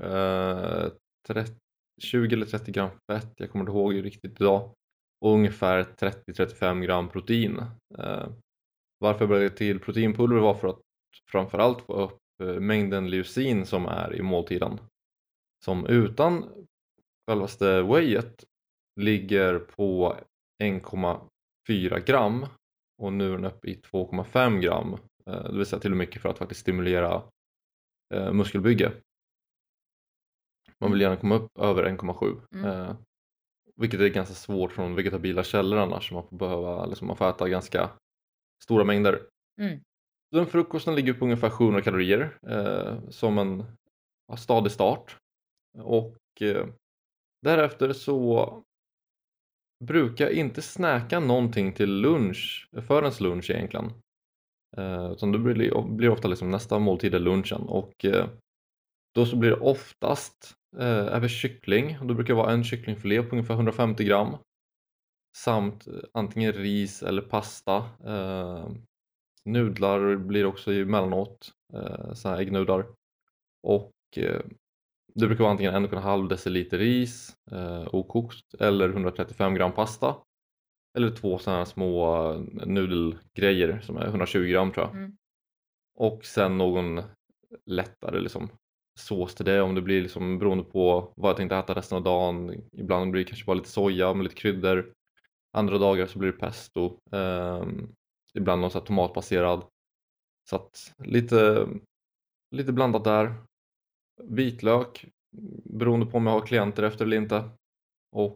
20 eller 30 gram fett, jag kommer inte ihåg riktigt idag. Och ungefär 30-35 gram protein. Varför jag började till proteinpulver var för att framförallt få upp mängden leucin som är i måltiden. Som utan självaste wheyet ligger på 1,4 gram. Och nu är den uppe i 2,5 gram. Det vill säga till och mycket för att faktiskt stimulera muskelbygge. Man vill gärna komma upp över 1,7. Vilket är ganska svårt från vegetabila källor annars. Man får äta ganska stora mängder. Mm. Den frukosten ligger på ungefär 700 kalorier. Som en stadig start. Och därefter så brukar inte snacka någonting till lunch, förrän lunch egentligen. Utan då blir ofta liksom nästa måltid är lunchen och då så blir det oftast även kyckling. Och då brukar det vara en kycklingfilé på ungefär 150 gram samt antingen ris eller pasta. Nudlar blir också emellanåt, såna här äggnudlar. Och det brukar vara antingen 1,5 deciliter ris okokt eller 135 gram pasta. Eller 2 sådana här små nudelgrejer som är 120 gram tror jag. Mm. Och sen någon lättare liksom sås till det, om det blir liksom beroende på vad jag tänkte äta resten av dagen. Ibland blir det kanske bara lite soja med lite kryddor. Andra dagar så blir det pesto. Ibland någon så här tomatbaserad. Så att lite blandat där. Vitlök beroende på om jag har klienter efter eller inte. Och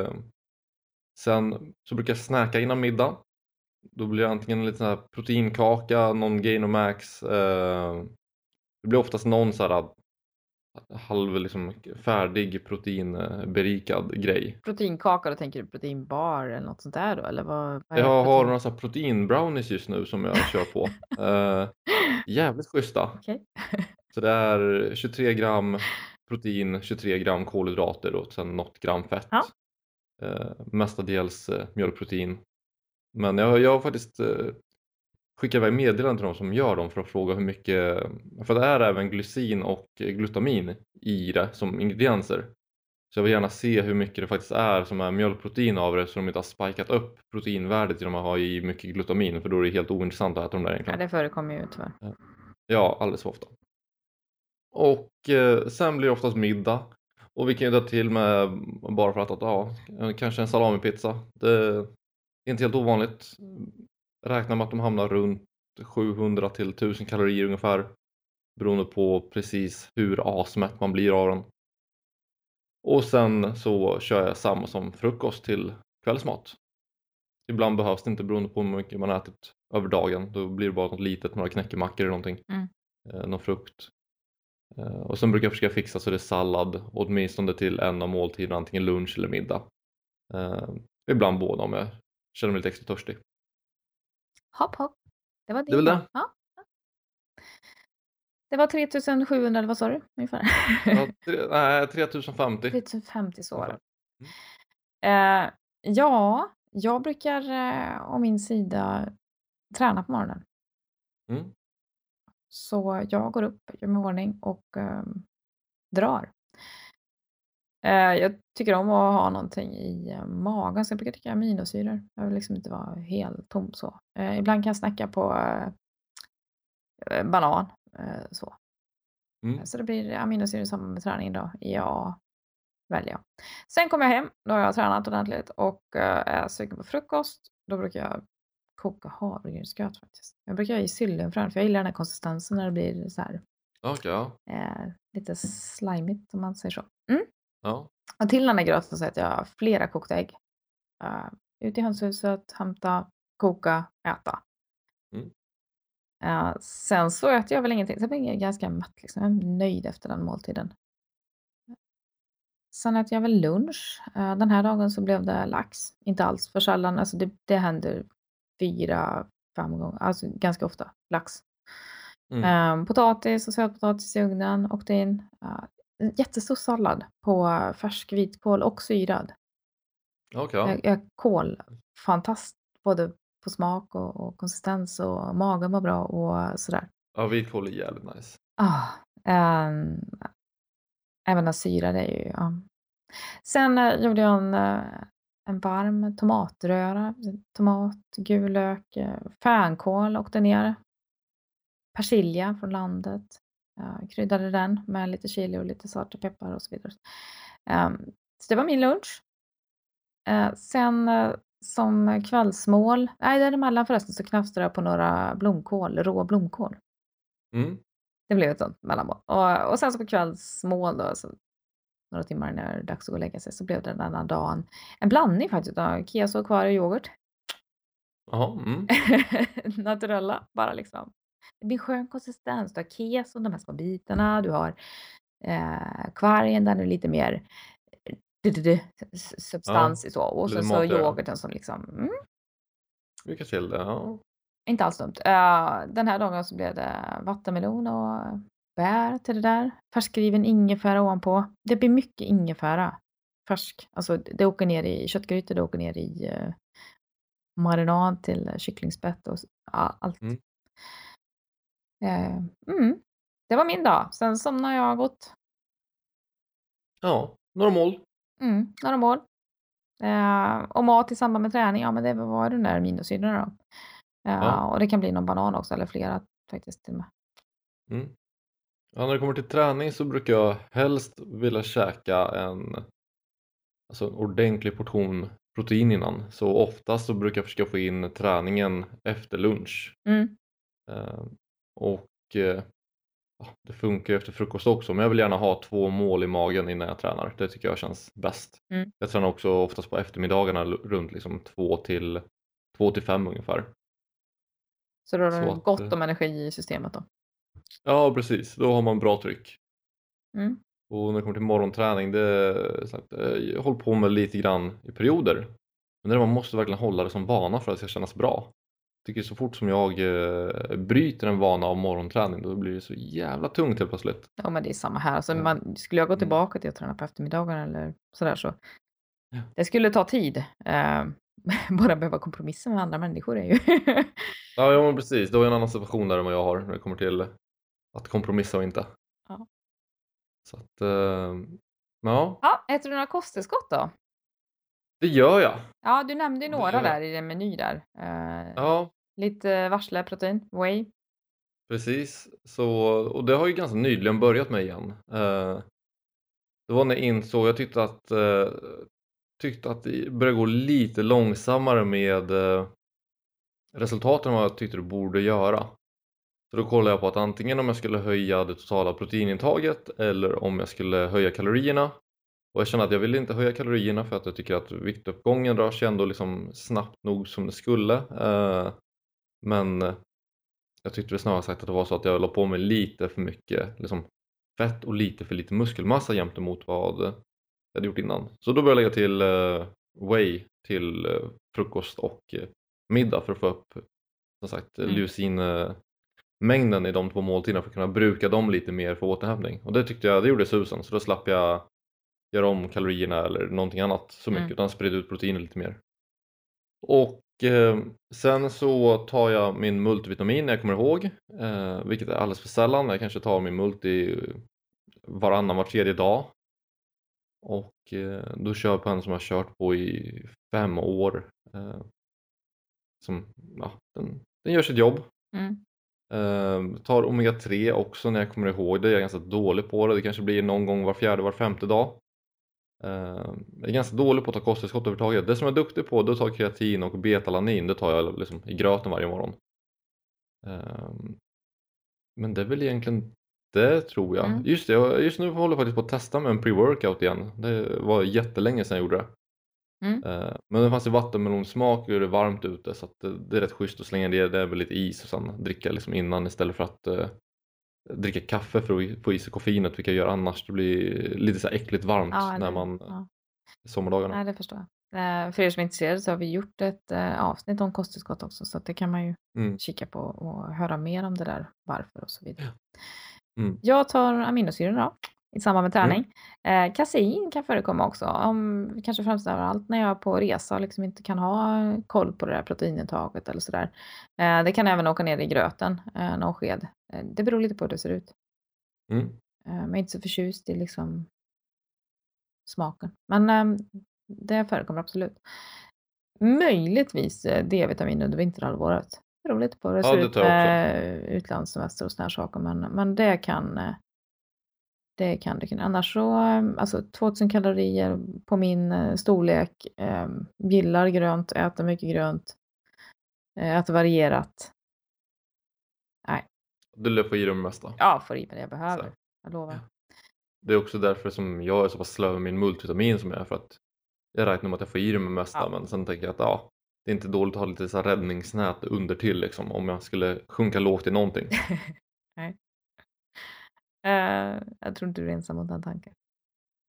sen så brukar jag snacka innan middag. Då blir det antingen en liten sån här proteinkaka, någon Gainomax. Det blir oftast någon så här halv liksom färdig proteinberikad grej. Proteinkaka, då tänker du proteinbar eller något sånt där då? Eller vad är Jag har protein? några så här proteinbrownies just nu som jag kör på. Jävligt schyssta. Okej. Så det är 23 gram protein, 23 gram kolhydrater och sen något gram fett. Ja. Mestadels mjölkprotein. Men jag har faktiskt skickat iväg meddelanden till de som gör dem för att fråga hur mycket, för det är även glycin och glutamin i det som ingredienser. Så jag vill gärna se hur mycket det faktiskt är som är mjölkprotein av det, så de inte har spikat upp proteinvärdet genom att ha i mycket glutamin, för då är det helt ointressant att äta dem där Ja, egentligen. det förekommer ju tyvärr. Ja, alldeles för ofta. Och sen blir det oftast middag. Och vi kan ju ta till med, bara för att kanske en salamipizza. Det är inte helt ovanligt. Räkna med att de hamnar runt 700 till 1000 kalorier ungefär. Beroende på precis hur asmätt man blir av den. Och sen så kör jag samma som frukost till kvällsmat. Ibland behövs det inte beroende på hur mycket man ätit över dagen. Då blir det bara något litet, några knäckemackor eller någonting. Någon frukt. Och sen brukar jag försöka fixa så det är sallad åtminstone till en av måltiderna, antingen lunch eller middag. Ibland båda om jag känner mig lite extra törstig. Hopp. Det var Det är väl det. det. Ja. Det var 3700, eller vad sa du ungefär? Ja, 3050. 3050 så var det. Mm. Ja, jag brukar å min sida träna på morgonen. Mm. Så jag går upp, gör mig i ordning och drar. Jag tycker om att ha någonting i magen, så jag brukar dricka aminosyror. Jag vill liksom inte vara helt tom så. Ibland kan jag snacka på banan. Så. Mm. Så det blir aminosyror i samband med träning då. Ja, väljer jag. Sen kommer jag hem, då har jag tränat ordentligt och är sugen på frukost. Då brukar jag koka havregrynsgröt faktiskt. Jag brukar ha i syllenfrön, för jag gillar den här konsistensen när det blir så här Okej, ja. lite slimigt om man säger så. Ja. Och till den här gröten så äter jag flera kokta ägg. Ut i hönshuset, hämta, koka, äta. Mm. Sen så äter jag väl ingenting. Sen blir jag ganska mätt liksom. Jag är nöjd efter den måltiden. Sen äter jag väl lunch. Den här dagen så blev det lax. Inte alls för sällan. Alltså det händer 4-5 gånger. Alltså ganska ofta. Lax. Potatis och sötpotatis i ugnen. Åkte in. Jättestor sallad på färsk vitkål och syrad. Okej, Jag kål. Fantastiskt. Både på smak och konsistens. Och magen var bra och sådär. ja. Vitkål är jävligt nice. Även den syrade är ju... Ja. Sen gjorde jag en varm tomatröra, tomat, gul lök, fänkål åkte ner, persilja från landet, kryddade den med lite chili och lite svarta peppar och så vidare. Så det var min lunch. Sen som kvällsmål, däremellan förresten så knafsade jag på några rå blomkål. Det blev ett sånt mellanmål. Och sen så på kvällsmål då, så några timmar när det är dags att gå och lägga sig, så blev det den här dagen en blandning faktiskt av keso, kvarg och yoghurt. Jaha, Naturella, bara liksom. Det blir skön konsistens. Du har keso, de här små bitarna. Du har kvargen, den är lite mer Ja, substans i så. Och lite sen så matigare. Ja. yoghurten som liksom, Lycka till det. Ja. inte alls dumt. Den här dagen så blev det vattenmelon och bär till det där. Färskriven ingefära ovanpå. Det blir mycket ingefära. Färsk. Alltså det åker ner i köttgrytor, det åker ner i marinad till kycklingspett och allt. Mm. Eh, mm. Det var min dag. Sen somnade jag gott. Ja, några mål. Några mål. Och mat i samband med träning, ja men det var den där aminosyran då. Ja. Och det kan bli någon banan också, eller flera faktiskt till och med. Mm. Ja, när det kommer till träning så brukar jag helst vilja käka en ordentlig portion protein innan. Så oftast så brukar jag försöka få in träningen efter lunch. Mm. Eh, och ja, det funkar efter frukost också, men jag vill gärna ha 2 mål i magen innan jag tränar. Det tycker jag känns bäst. Mm. Jag tränar också oftast på eftermiddagarna runt liksom 2 till 5 ungefär. Så då har Så du att, gott om energi i systemet då. ja precis, då har man bra tryck. Mm. Och när det kommer till morgonträning, det är så att, jag håller på med lite grann i perioder. Men där man måste verkligen hålla det som vana för att det ska kännas bra. Jag tycker så fort som jag bryter en vana av morgonträning, då blir det så jävla tungt helt plötsligt. Ja men det är samma här. Alltså, Mm. skulle jag gå Mm. tillbaka till att träna på eftermiddagen eller sådär så Ja. det skulle ta tid. Bara behöva kompromissa med andra människor är ju... Ja, men precis. Det var en annan situation där än vad jag har när det kommer till att kompromissa och inte. Ja. Så att, ja, Ja, äter du några kosttillskott då? det gör jag. Ja, du nämnde ju Det några gör jag. där i din meny där. Ja, Lite varsleprotein, whey. precis. Så, och det har ju ganska nyligen börjat med igen. Det var när jag insåg, jag tyckte att det började gå lite långsammare med resultaten än vad jag tyckte det borde göra. Så då kollade jag på att antingen om jag skulle höja det totala proteinintaget eller om jag skulle höja kalorierna. Och jag kände att jag ville inte höja kalorierna för att jag tycker att viktuppgången rör sig ändå liksom snabbt nog som det skulle. Men jag tyckte väl snarare sagt att det var så att jag la på mig lite för mycket liksom fett och lite för lite muskelmassa jämte mot vad jag hade gjort innan. Så då började jag lägga till whey till frukost och middag för att få upp som sagt leucinmängden i de 2 måltiderna för att kunna bruka dem lite mer för återhämtning. Och det tyckte jag, det gjorde susen, så då slapp jag göra om kalorierna eller någonting annat så mycket utan sprida ut proteiner lite mer. Och sen så tar jag min multivitamin när jag kommer ihåg, vilket är alldeles för sällan. Jag kanske tar min multi varannan var tredje dag. Och då kör jag på en som jag har kört på i 5 år. Ja, den gör sitt jobb. Tar omega-3 också när jag kommer ihåg det. Jag är ganska dålig på det. Det kanske blir någon gång var 4:e, var 5:e dag. Jag är ganska dålig på att ta kosttillskott överhuvudtaget. Det som jag är duktig på, då tar jag kreatin och betalanin. Det tar jag liksom i gröten varje morgon. Men det är väl egentligen det, tror jag. Just det, just nu håller jag faktiskt på att testa med en pre-workout igen. Det var jättelänge sedan jag gjorde det. Men det fanns ju vattenmelonsmak och det är varmt ute, så att det är rätt schysst att slänga det är väl lite is och sen dricka liksom innan istället för att dricka kaffe för att få i sig koffeinet, vilket jag gör annars. Det blir lite så här äckligt varmt när man sommardagarna. Nej, det förstår jag. För er som är intresserade så har vi gjort ett avsnitt om kosttillskott också, så att det kan man ju kika på och höra mer om det där, varför och så vidare. Jag tar aminosyror då, i samband med träning. Kasein kan förekomma också, kanske främst överallt när jag är på resa och liksom inte kan ha koll på det där proteinintaget eller sådär. Det kan även åka ner i gröten, någon sked. Det beror lite på hur det ser ut. Men jag är inte så förtjust i liksom smaken. Men det förekommer absolut. Möjligtvis D-vitamin under vinterhalvåret. Det beror lite på hur det ser ut med utlandssemester och såna här saker. Men det kan det kan. Annars så, alltså 2000 kalorier på min storlek. Gillar grönt, äter mycket grönt. Äter varierat. Nej. Du får i dig det mesta. Ja, får i mig det jag behöver. Jag lovar. Ja. Det är också därför som jag är så pass slö med min multivitamin som jag är, för att jag räknar med att jag får i det mesta, men sen tänker jag att det är inte dåligt att ha lite så här räddningsnät under till liksom, om jag skulle sjunka lågt i någonting. Nej. Jag tror inte du är ensam om den tanken.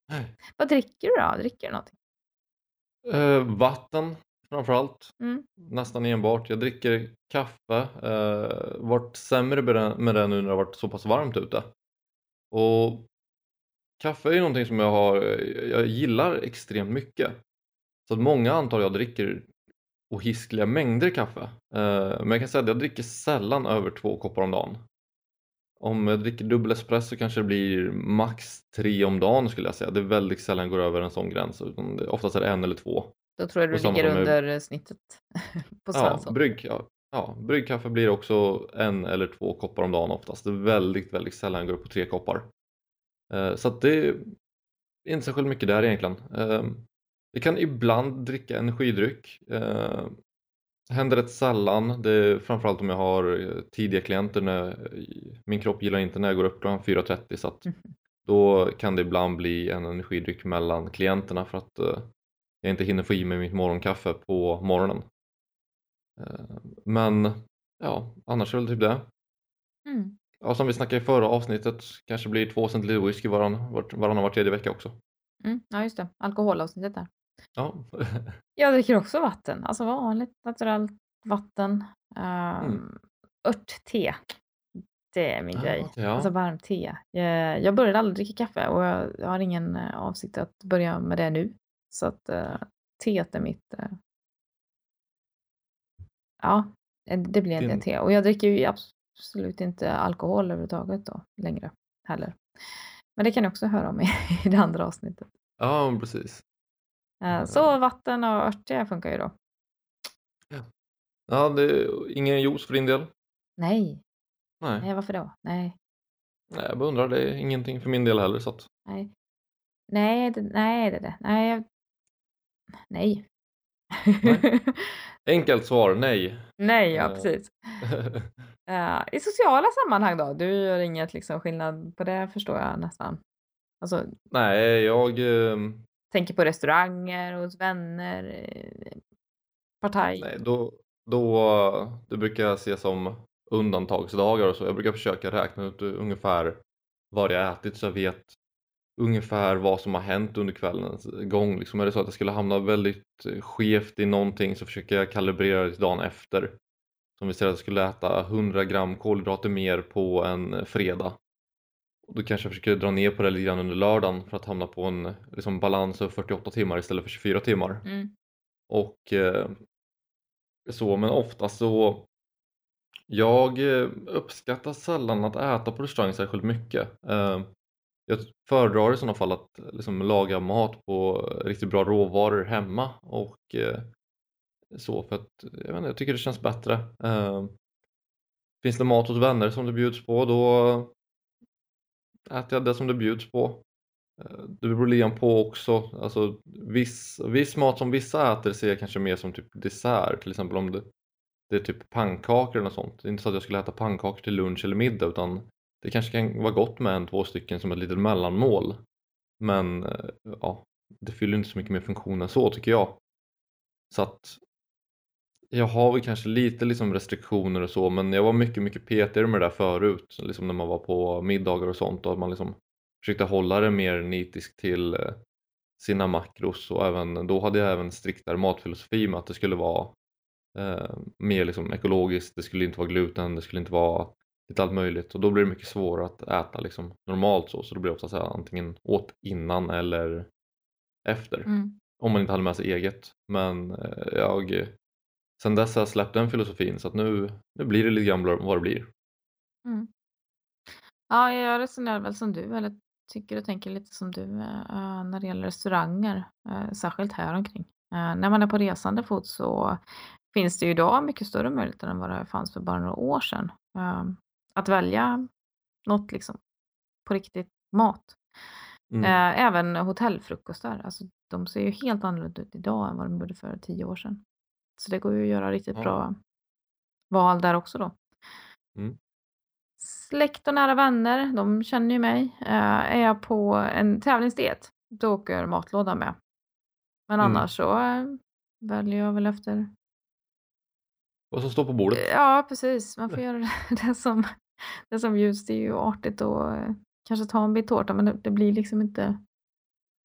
Vad dricker du då? Dricker du någonting? Vatten framför allt. Mm. Nästan enbart. Jag dricker kaffe. Varit sämre med det nu när det har varit så pass varmt ute. Och kaffe är ju någonting som jag gillar extremt mycket. Så att många antar jag dricker ohiskliga mängder kaffe. Men jag kan säga att jag dricker sällan över 2 koppar om dagen. Om jag dricker dubbel espresso kanske det blir max 3 om dagen skulle jag säga. Det är väldigt sällan jag går över en sån gräns. Utan oftast är det 1 eller 2. Då tror jag du Och samma ligger som med under snittet på Svensson. bryggkaffe blir också 1 eller 2 koppar om dagen oftast. Det är väldigt, väldigt sällan jag går upp på 3 koppar. Så att det är inte särskilt mycket där egentligen. Jag kan ibland dricka energidryck. Händer rätt sällan. Det är framförallt om jag har tidiga klienter när min kropp gillar inte när jag går upp klockan 4:30 så att då kan det ibland bli en energidryck mellan klienterna för att jag inte hinner få i mig mitt morgonkaffe på morgonen. Men ja, annars är det typ det. Mm. Ja, som vi snackade i förra avsnittet kanske blir 2 centiliter whisky varannan var tredje vecka också. Mm. Ja, just det. Alkoholavsnittet där. Ja. Jag dricker också vatten. Alltså vanligt naturellt vatten. Mm. Örtte. Det är min grej. Okej, ja. Alltså varmt te. Jag började aldrig dricka kaffe och jag har ingen avsikt att börja med det nu. Så att teet är mitt... ja, det blir en Din... te. Och jag dricker ju absolut inte alkohol överhuvudtaget då längre heller. Men det kan jag också höra om i det andra avsnittet. Ja, precis. Så vatten och örtte funkar ju då. Ja, det är ingen juice för din del? Nej, Nej. varför då? Nej. Nej, jag bara undrar, det är ingenting för min del heller så att... Nej. Nej, det är det. Nej. Nej. Enkelt svar, nej. Nej, ja precis. I sociala sammanhang då? Du gör inget liksom skillnad på det förstår jag nästan. Alltså, Nej, jag... tänker på restauranger, hos vänner, partaj. Nej, det brukar jag se som undantagsdagar och så. Jag brukar försöka räkna ut ungefär vad jag ätit så jag vet ungefär vad som har hänt under kvällens gång. Liksom är det så att jag skulle hamna väldigt skevt i någonting så försöker jag kalibrera det till dagen efter. Som vi säger att jag skulle äta 100 gram kolhydrater mer på en fredag. Och då kanske jag försöker dra ner på det lite grann under lördagen för att hamna på en liksom, balans av 48 timmar istället för 24 timmar. Mm. Och så, men ofta så jag uppskattar sällan att äta på restaurang särskilt mycket. Jag föredrar i sådana fall att liksom, laga mat på riktigt bra råvaror hemma och så för att jag vet inte, jag tycker det känns bättre. Finns det mat hos vänner som det bjuds på då äter jag det som det bjuds på. Det beror lite grann på också. Alltså, viss mat som vissa äter ser jag kanske mer som typ dessert. Till exempel om det är typ pannkakor eller något sånt. Det är inte så att jag skulle äta pannkakor till lunch eller middag utan det kanske kan vara gott med 1-2 stycken som ett litet mellanmål. Men ja, det fyller inte så mycket mer funktion än så tycker jag. Så att jag har väl kanske lite liksom restriktioner och så men jag var mycket mycket petigare med det där förut. Liksom när man var på middagar och sånt och att man liksom försökte hålla det mer nitiskt till sina makros och då hade jag även striktare matfilosofi med att det skulle vara mer liksom ekologiskt, det skulle inte vara gluten, det skulle inte vara lite allt möjligt och då blir det mycket svårare att äta liksom normalt så då blir det ofta så här, antingen åt innan eller efter om man inte hade med sig eget men sen dess har jag släppt den filosofin så att nu blir det lite grann vad det blir. Mm. Ja, jag resonerar väl som du, eller tycker och tänker lite som du när det gäller restauranger, särskilt här omkring. När man är på resande fot så finns det ju idag mycket större möjligheter än vad det fanns för bara några år sedan. Att välja något liksom på riktigt mat. Även hotellfrukostar, alltså de ser ju helt annorlunda ut idag än vad de gjorde för 10 år sedan. Så det går ju att göra riktigt bra val där också då. Mm. Släkt och nära vänner, de känner ju mig. Är jag på en tävlingsdiet, då åker matlådan med. Men annars så väljer jag väl efter... Vad som står på bordet. Ja, precis. Man får göra det som bjuds. Det är ju artigt och kanske ta en bit tårta, men det blir liksom inte...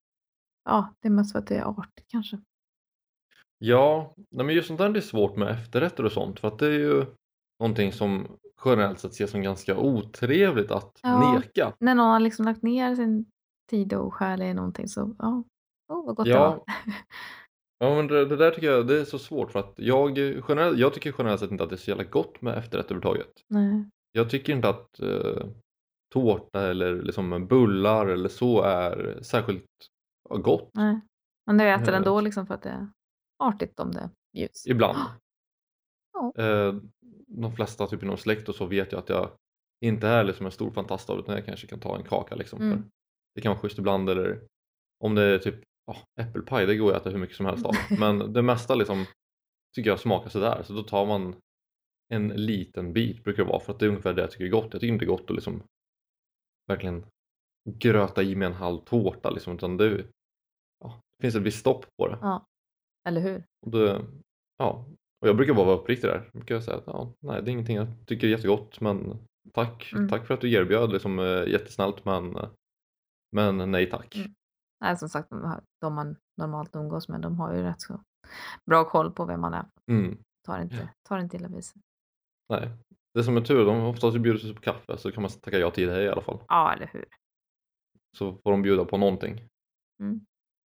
Ja, det måste vara att det är artigt kanske. Ja, nej men just sånt där är svårt med efterrätter och sånt för att det är ju någonting som generellt sett ses som ganska otrevligt att Ja, neka. när någon har liksom lagt ner sin tid och själ i någonting så, ja. Åh, vad gott det var. Ja, ja men det där tycker jag det är så svårt för att jag tycker generellt sett inte att det är så jävla gott med efterrätt överhuvudtaget. Nej, Jag tycker inte att tårta eller liksom bullar eller så är särskilt gott. nej. Men du äter Eh, ändå liksom för att det är artigt om det bjuds. ibland. Ja. Eh, de flesta typ inom släkt och så vet jag att jag inte är liksom en stor fantast av det utan jag kanske kan ta en kaka liksom för Mm. det kan vara schysst ibland eller om det är typ äppelpaj, det går att äta hur mycket som helst av. Men det mesta liksom tycker jag smakar sådär så då tar man en liten bit brukar det vara för att det är ungefär det jag tycker är gott. Jag tycker inte det är gott att liksom verkligen gröta i mig en halv tårta liksom utan det finns ett visst stopp på det. Ja, eller hur? Och det, ja, och jag brukar bara vara uppriktig där. Jag brukar säga att nej, det är ingenting jag tycker är jättegott men Mm. tack för att du erbjöd liksom jättesnällt men nej tack. Mm. Nej, som sagt, de man normalt umgås med, de har ju rätt så bra koll på vem man är. Mm. Tar inte illa vid sig. Nej. Det som är tur, de oftast bjuder sig på kaffe så kan man tacka ja till det i alla fall. Ja, eller hur? Så får de bjuda på någonting. Mm.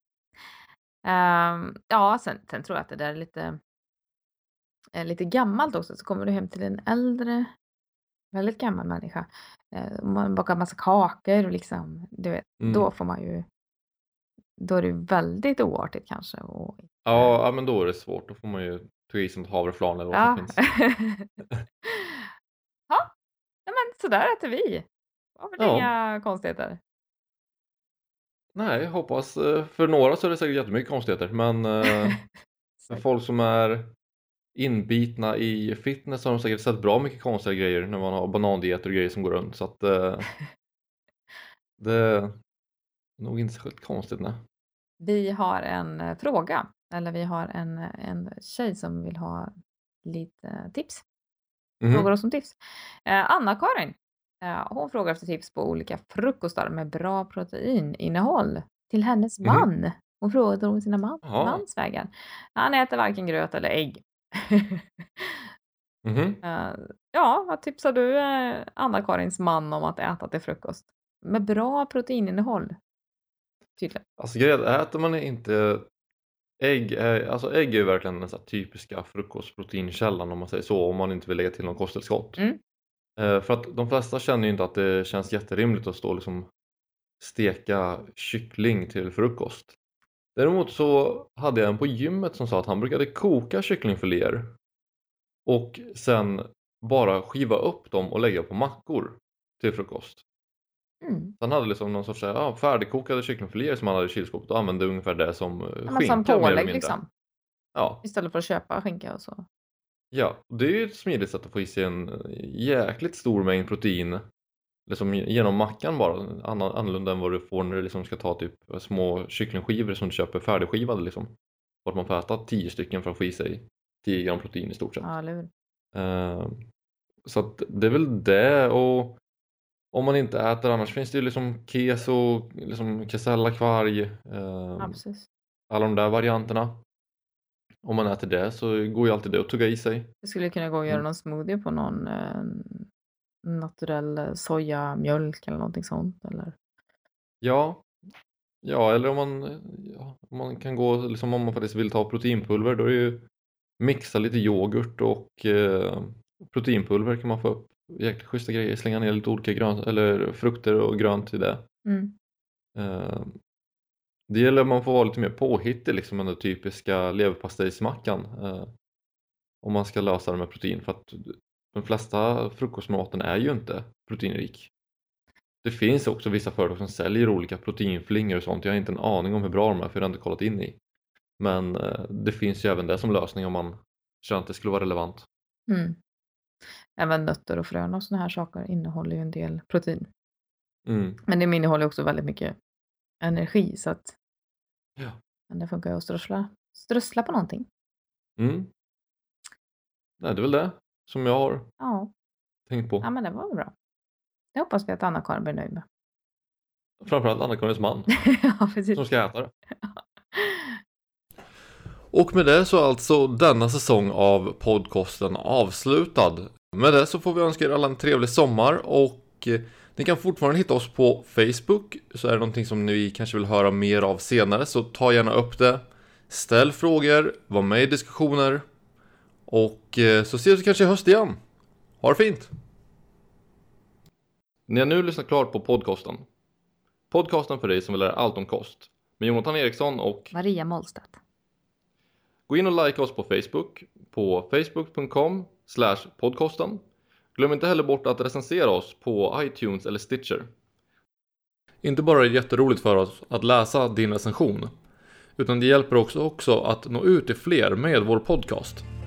Ja, sen tror jag att det där är lite gammalt också. Så kommer du hem till en äldre, väldigt gammal människa. Man bakar massa kakor och liksom, du vet, Mm. då är det väldigt oartigt kanske. Och inte, Ja, men då är det svårt. Då får man ju tugga i sig något havreflarn eller vad som ja. finns. Ja, nej men sådär äter vi. Det var väl Ja, inga konstigheter. nej, jag hoppas. För några så är det säkert jättemycket konstigheter. Men för Säkert. folk som är inbitna i fitness har de säkert sett bra mycket konstiga grejer när man har banandieter och grejer som går runt. Så att det är nog inte särskilt konstigt. Nej. Vi har en fråga, eller vi har en tjej som vill ha lite tips. Frågar Mhm, oss om tips. Anna-Karin, hon frågar efter tips på olika frukostar med bra proteininnehåll till hennes mhm. man. Hon frågade om sina Jaha. mans vägar. Han äter varken gröt eller ägg. Mhm. Eh, ja, vad tipsar du Anna-Karins man om att äta till frukost? Med bra proteininnehåll, tydligen. Alltså grejen är, äter man inte ägg är ju verkligen den så här typiska frukostproteinkällan om man säger så. Om man inte vill lägga till någon kosttillskott. Mm. För att de flesta känner ju inte att det känns jätterimligt att stå och liksom steka kyckling till frukost. Däremot så hade jag en på gymmet som sa att han brukade koka kycklingfiléer och sen bara skiva upp dem och lägga på mackor till frukost. Mm. Han hade liksom någon sorts färdigkokade kycklingfiléer som han hade i kylskåpet och använde ungefär det som Ja, men som skinka mer eller pålägg mindre. liksom. Ja, Istället för att köpa skinka och så. ja. Det är ju ett smidigt sätt att få i sig en jäkligt stor mängd protein liksom genom mackan bara, annorlunda än vad du får när du liksom ska ta typ små kycklingskivor som du köper färdigskivade liksom. Och att man får äta 10 stycken för att få i sig 10 gram protein i stort sett. Ja, eller hur? Eh, så att det är väl det och om man inte äter annars finns det ju liksom keso, liksom kesella kvarg, Ja, precis. alla de där varianterna. Om man äter det så går ju alltid det att tugga i sig. Det skulle kunna gå att göra Mm. någon smoothie på någon naturell sojamjölk eller någonting sånt. Eller? Ja, ja, eller om man kan gå liksom om man faktiskt vill ta proteinpulver då är det ju mixa lite yoghurt och proteinpulver kan man få upp jäkligt schyssta grejer, slänga ner lite olika eller frukter och grönt i det. Mm. Eh, det gäller att man får vara lite mer påhittig liksom än den typiska leverpastejsmackan om man ska lösa det med protein för att de flesta frukostmaten är ju inte proteinrik. Det finns också vissa företag som säljer olika proteinflingor och sånt. Jag har inte en aning om hur bra de är för jag har inte kollat in i. Men det finns ju även det som lösning om man känner att det skulle vara relevant. Mm. Även nötter och frön och såna här saker innehåller ju en del protein. Mm. Men det innehåller också väldigt mycket energi så att Ja. men det funkar ju att strössla på någonting. Mm. Nej, det är väl det som jag har Ja, tänkt ja på. men det var väl bra. Det hoppas vi att Anna-Karin blir nöjd med. Framförallt Anna-Karins man Ja, precis. som ska äta det. Och med det så är alltså denna säsong av podcasten avslutad. Med det så får vi önska er alla en trevlig sommar och ni kan fortfarande hitta oss på Facebook. Så är det någonting som ni kanske vill höra mer av senare, så ta gärna upp det. Ställ frågor, var med i diskussioner och så ses vi kanske i höst igen. Ha det fint! Ni har nu lyssnat klart på podcasten. Podcasten för dig som vill lära allt om kost. Med Jonathan Eriksson och Maria Mollstedt. gå in och like oss på Facebook på facebook.com/podcasten. Glöm inte heller bort att recensera oss på iTunes eller Stitcher. Inte bara är det jätteroligt för oss att läsa din recension, utan det hjälper också att nå ut till fler med vår podcast.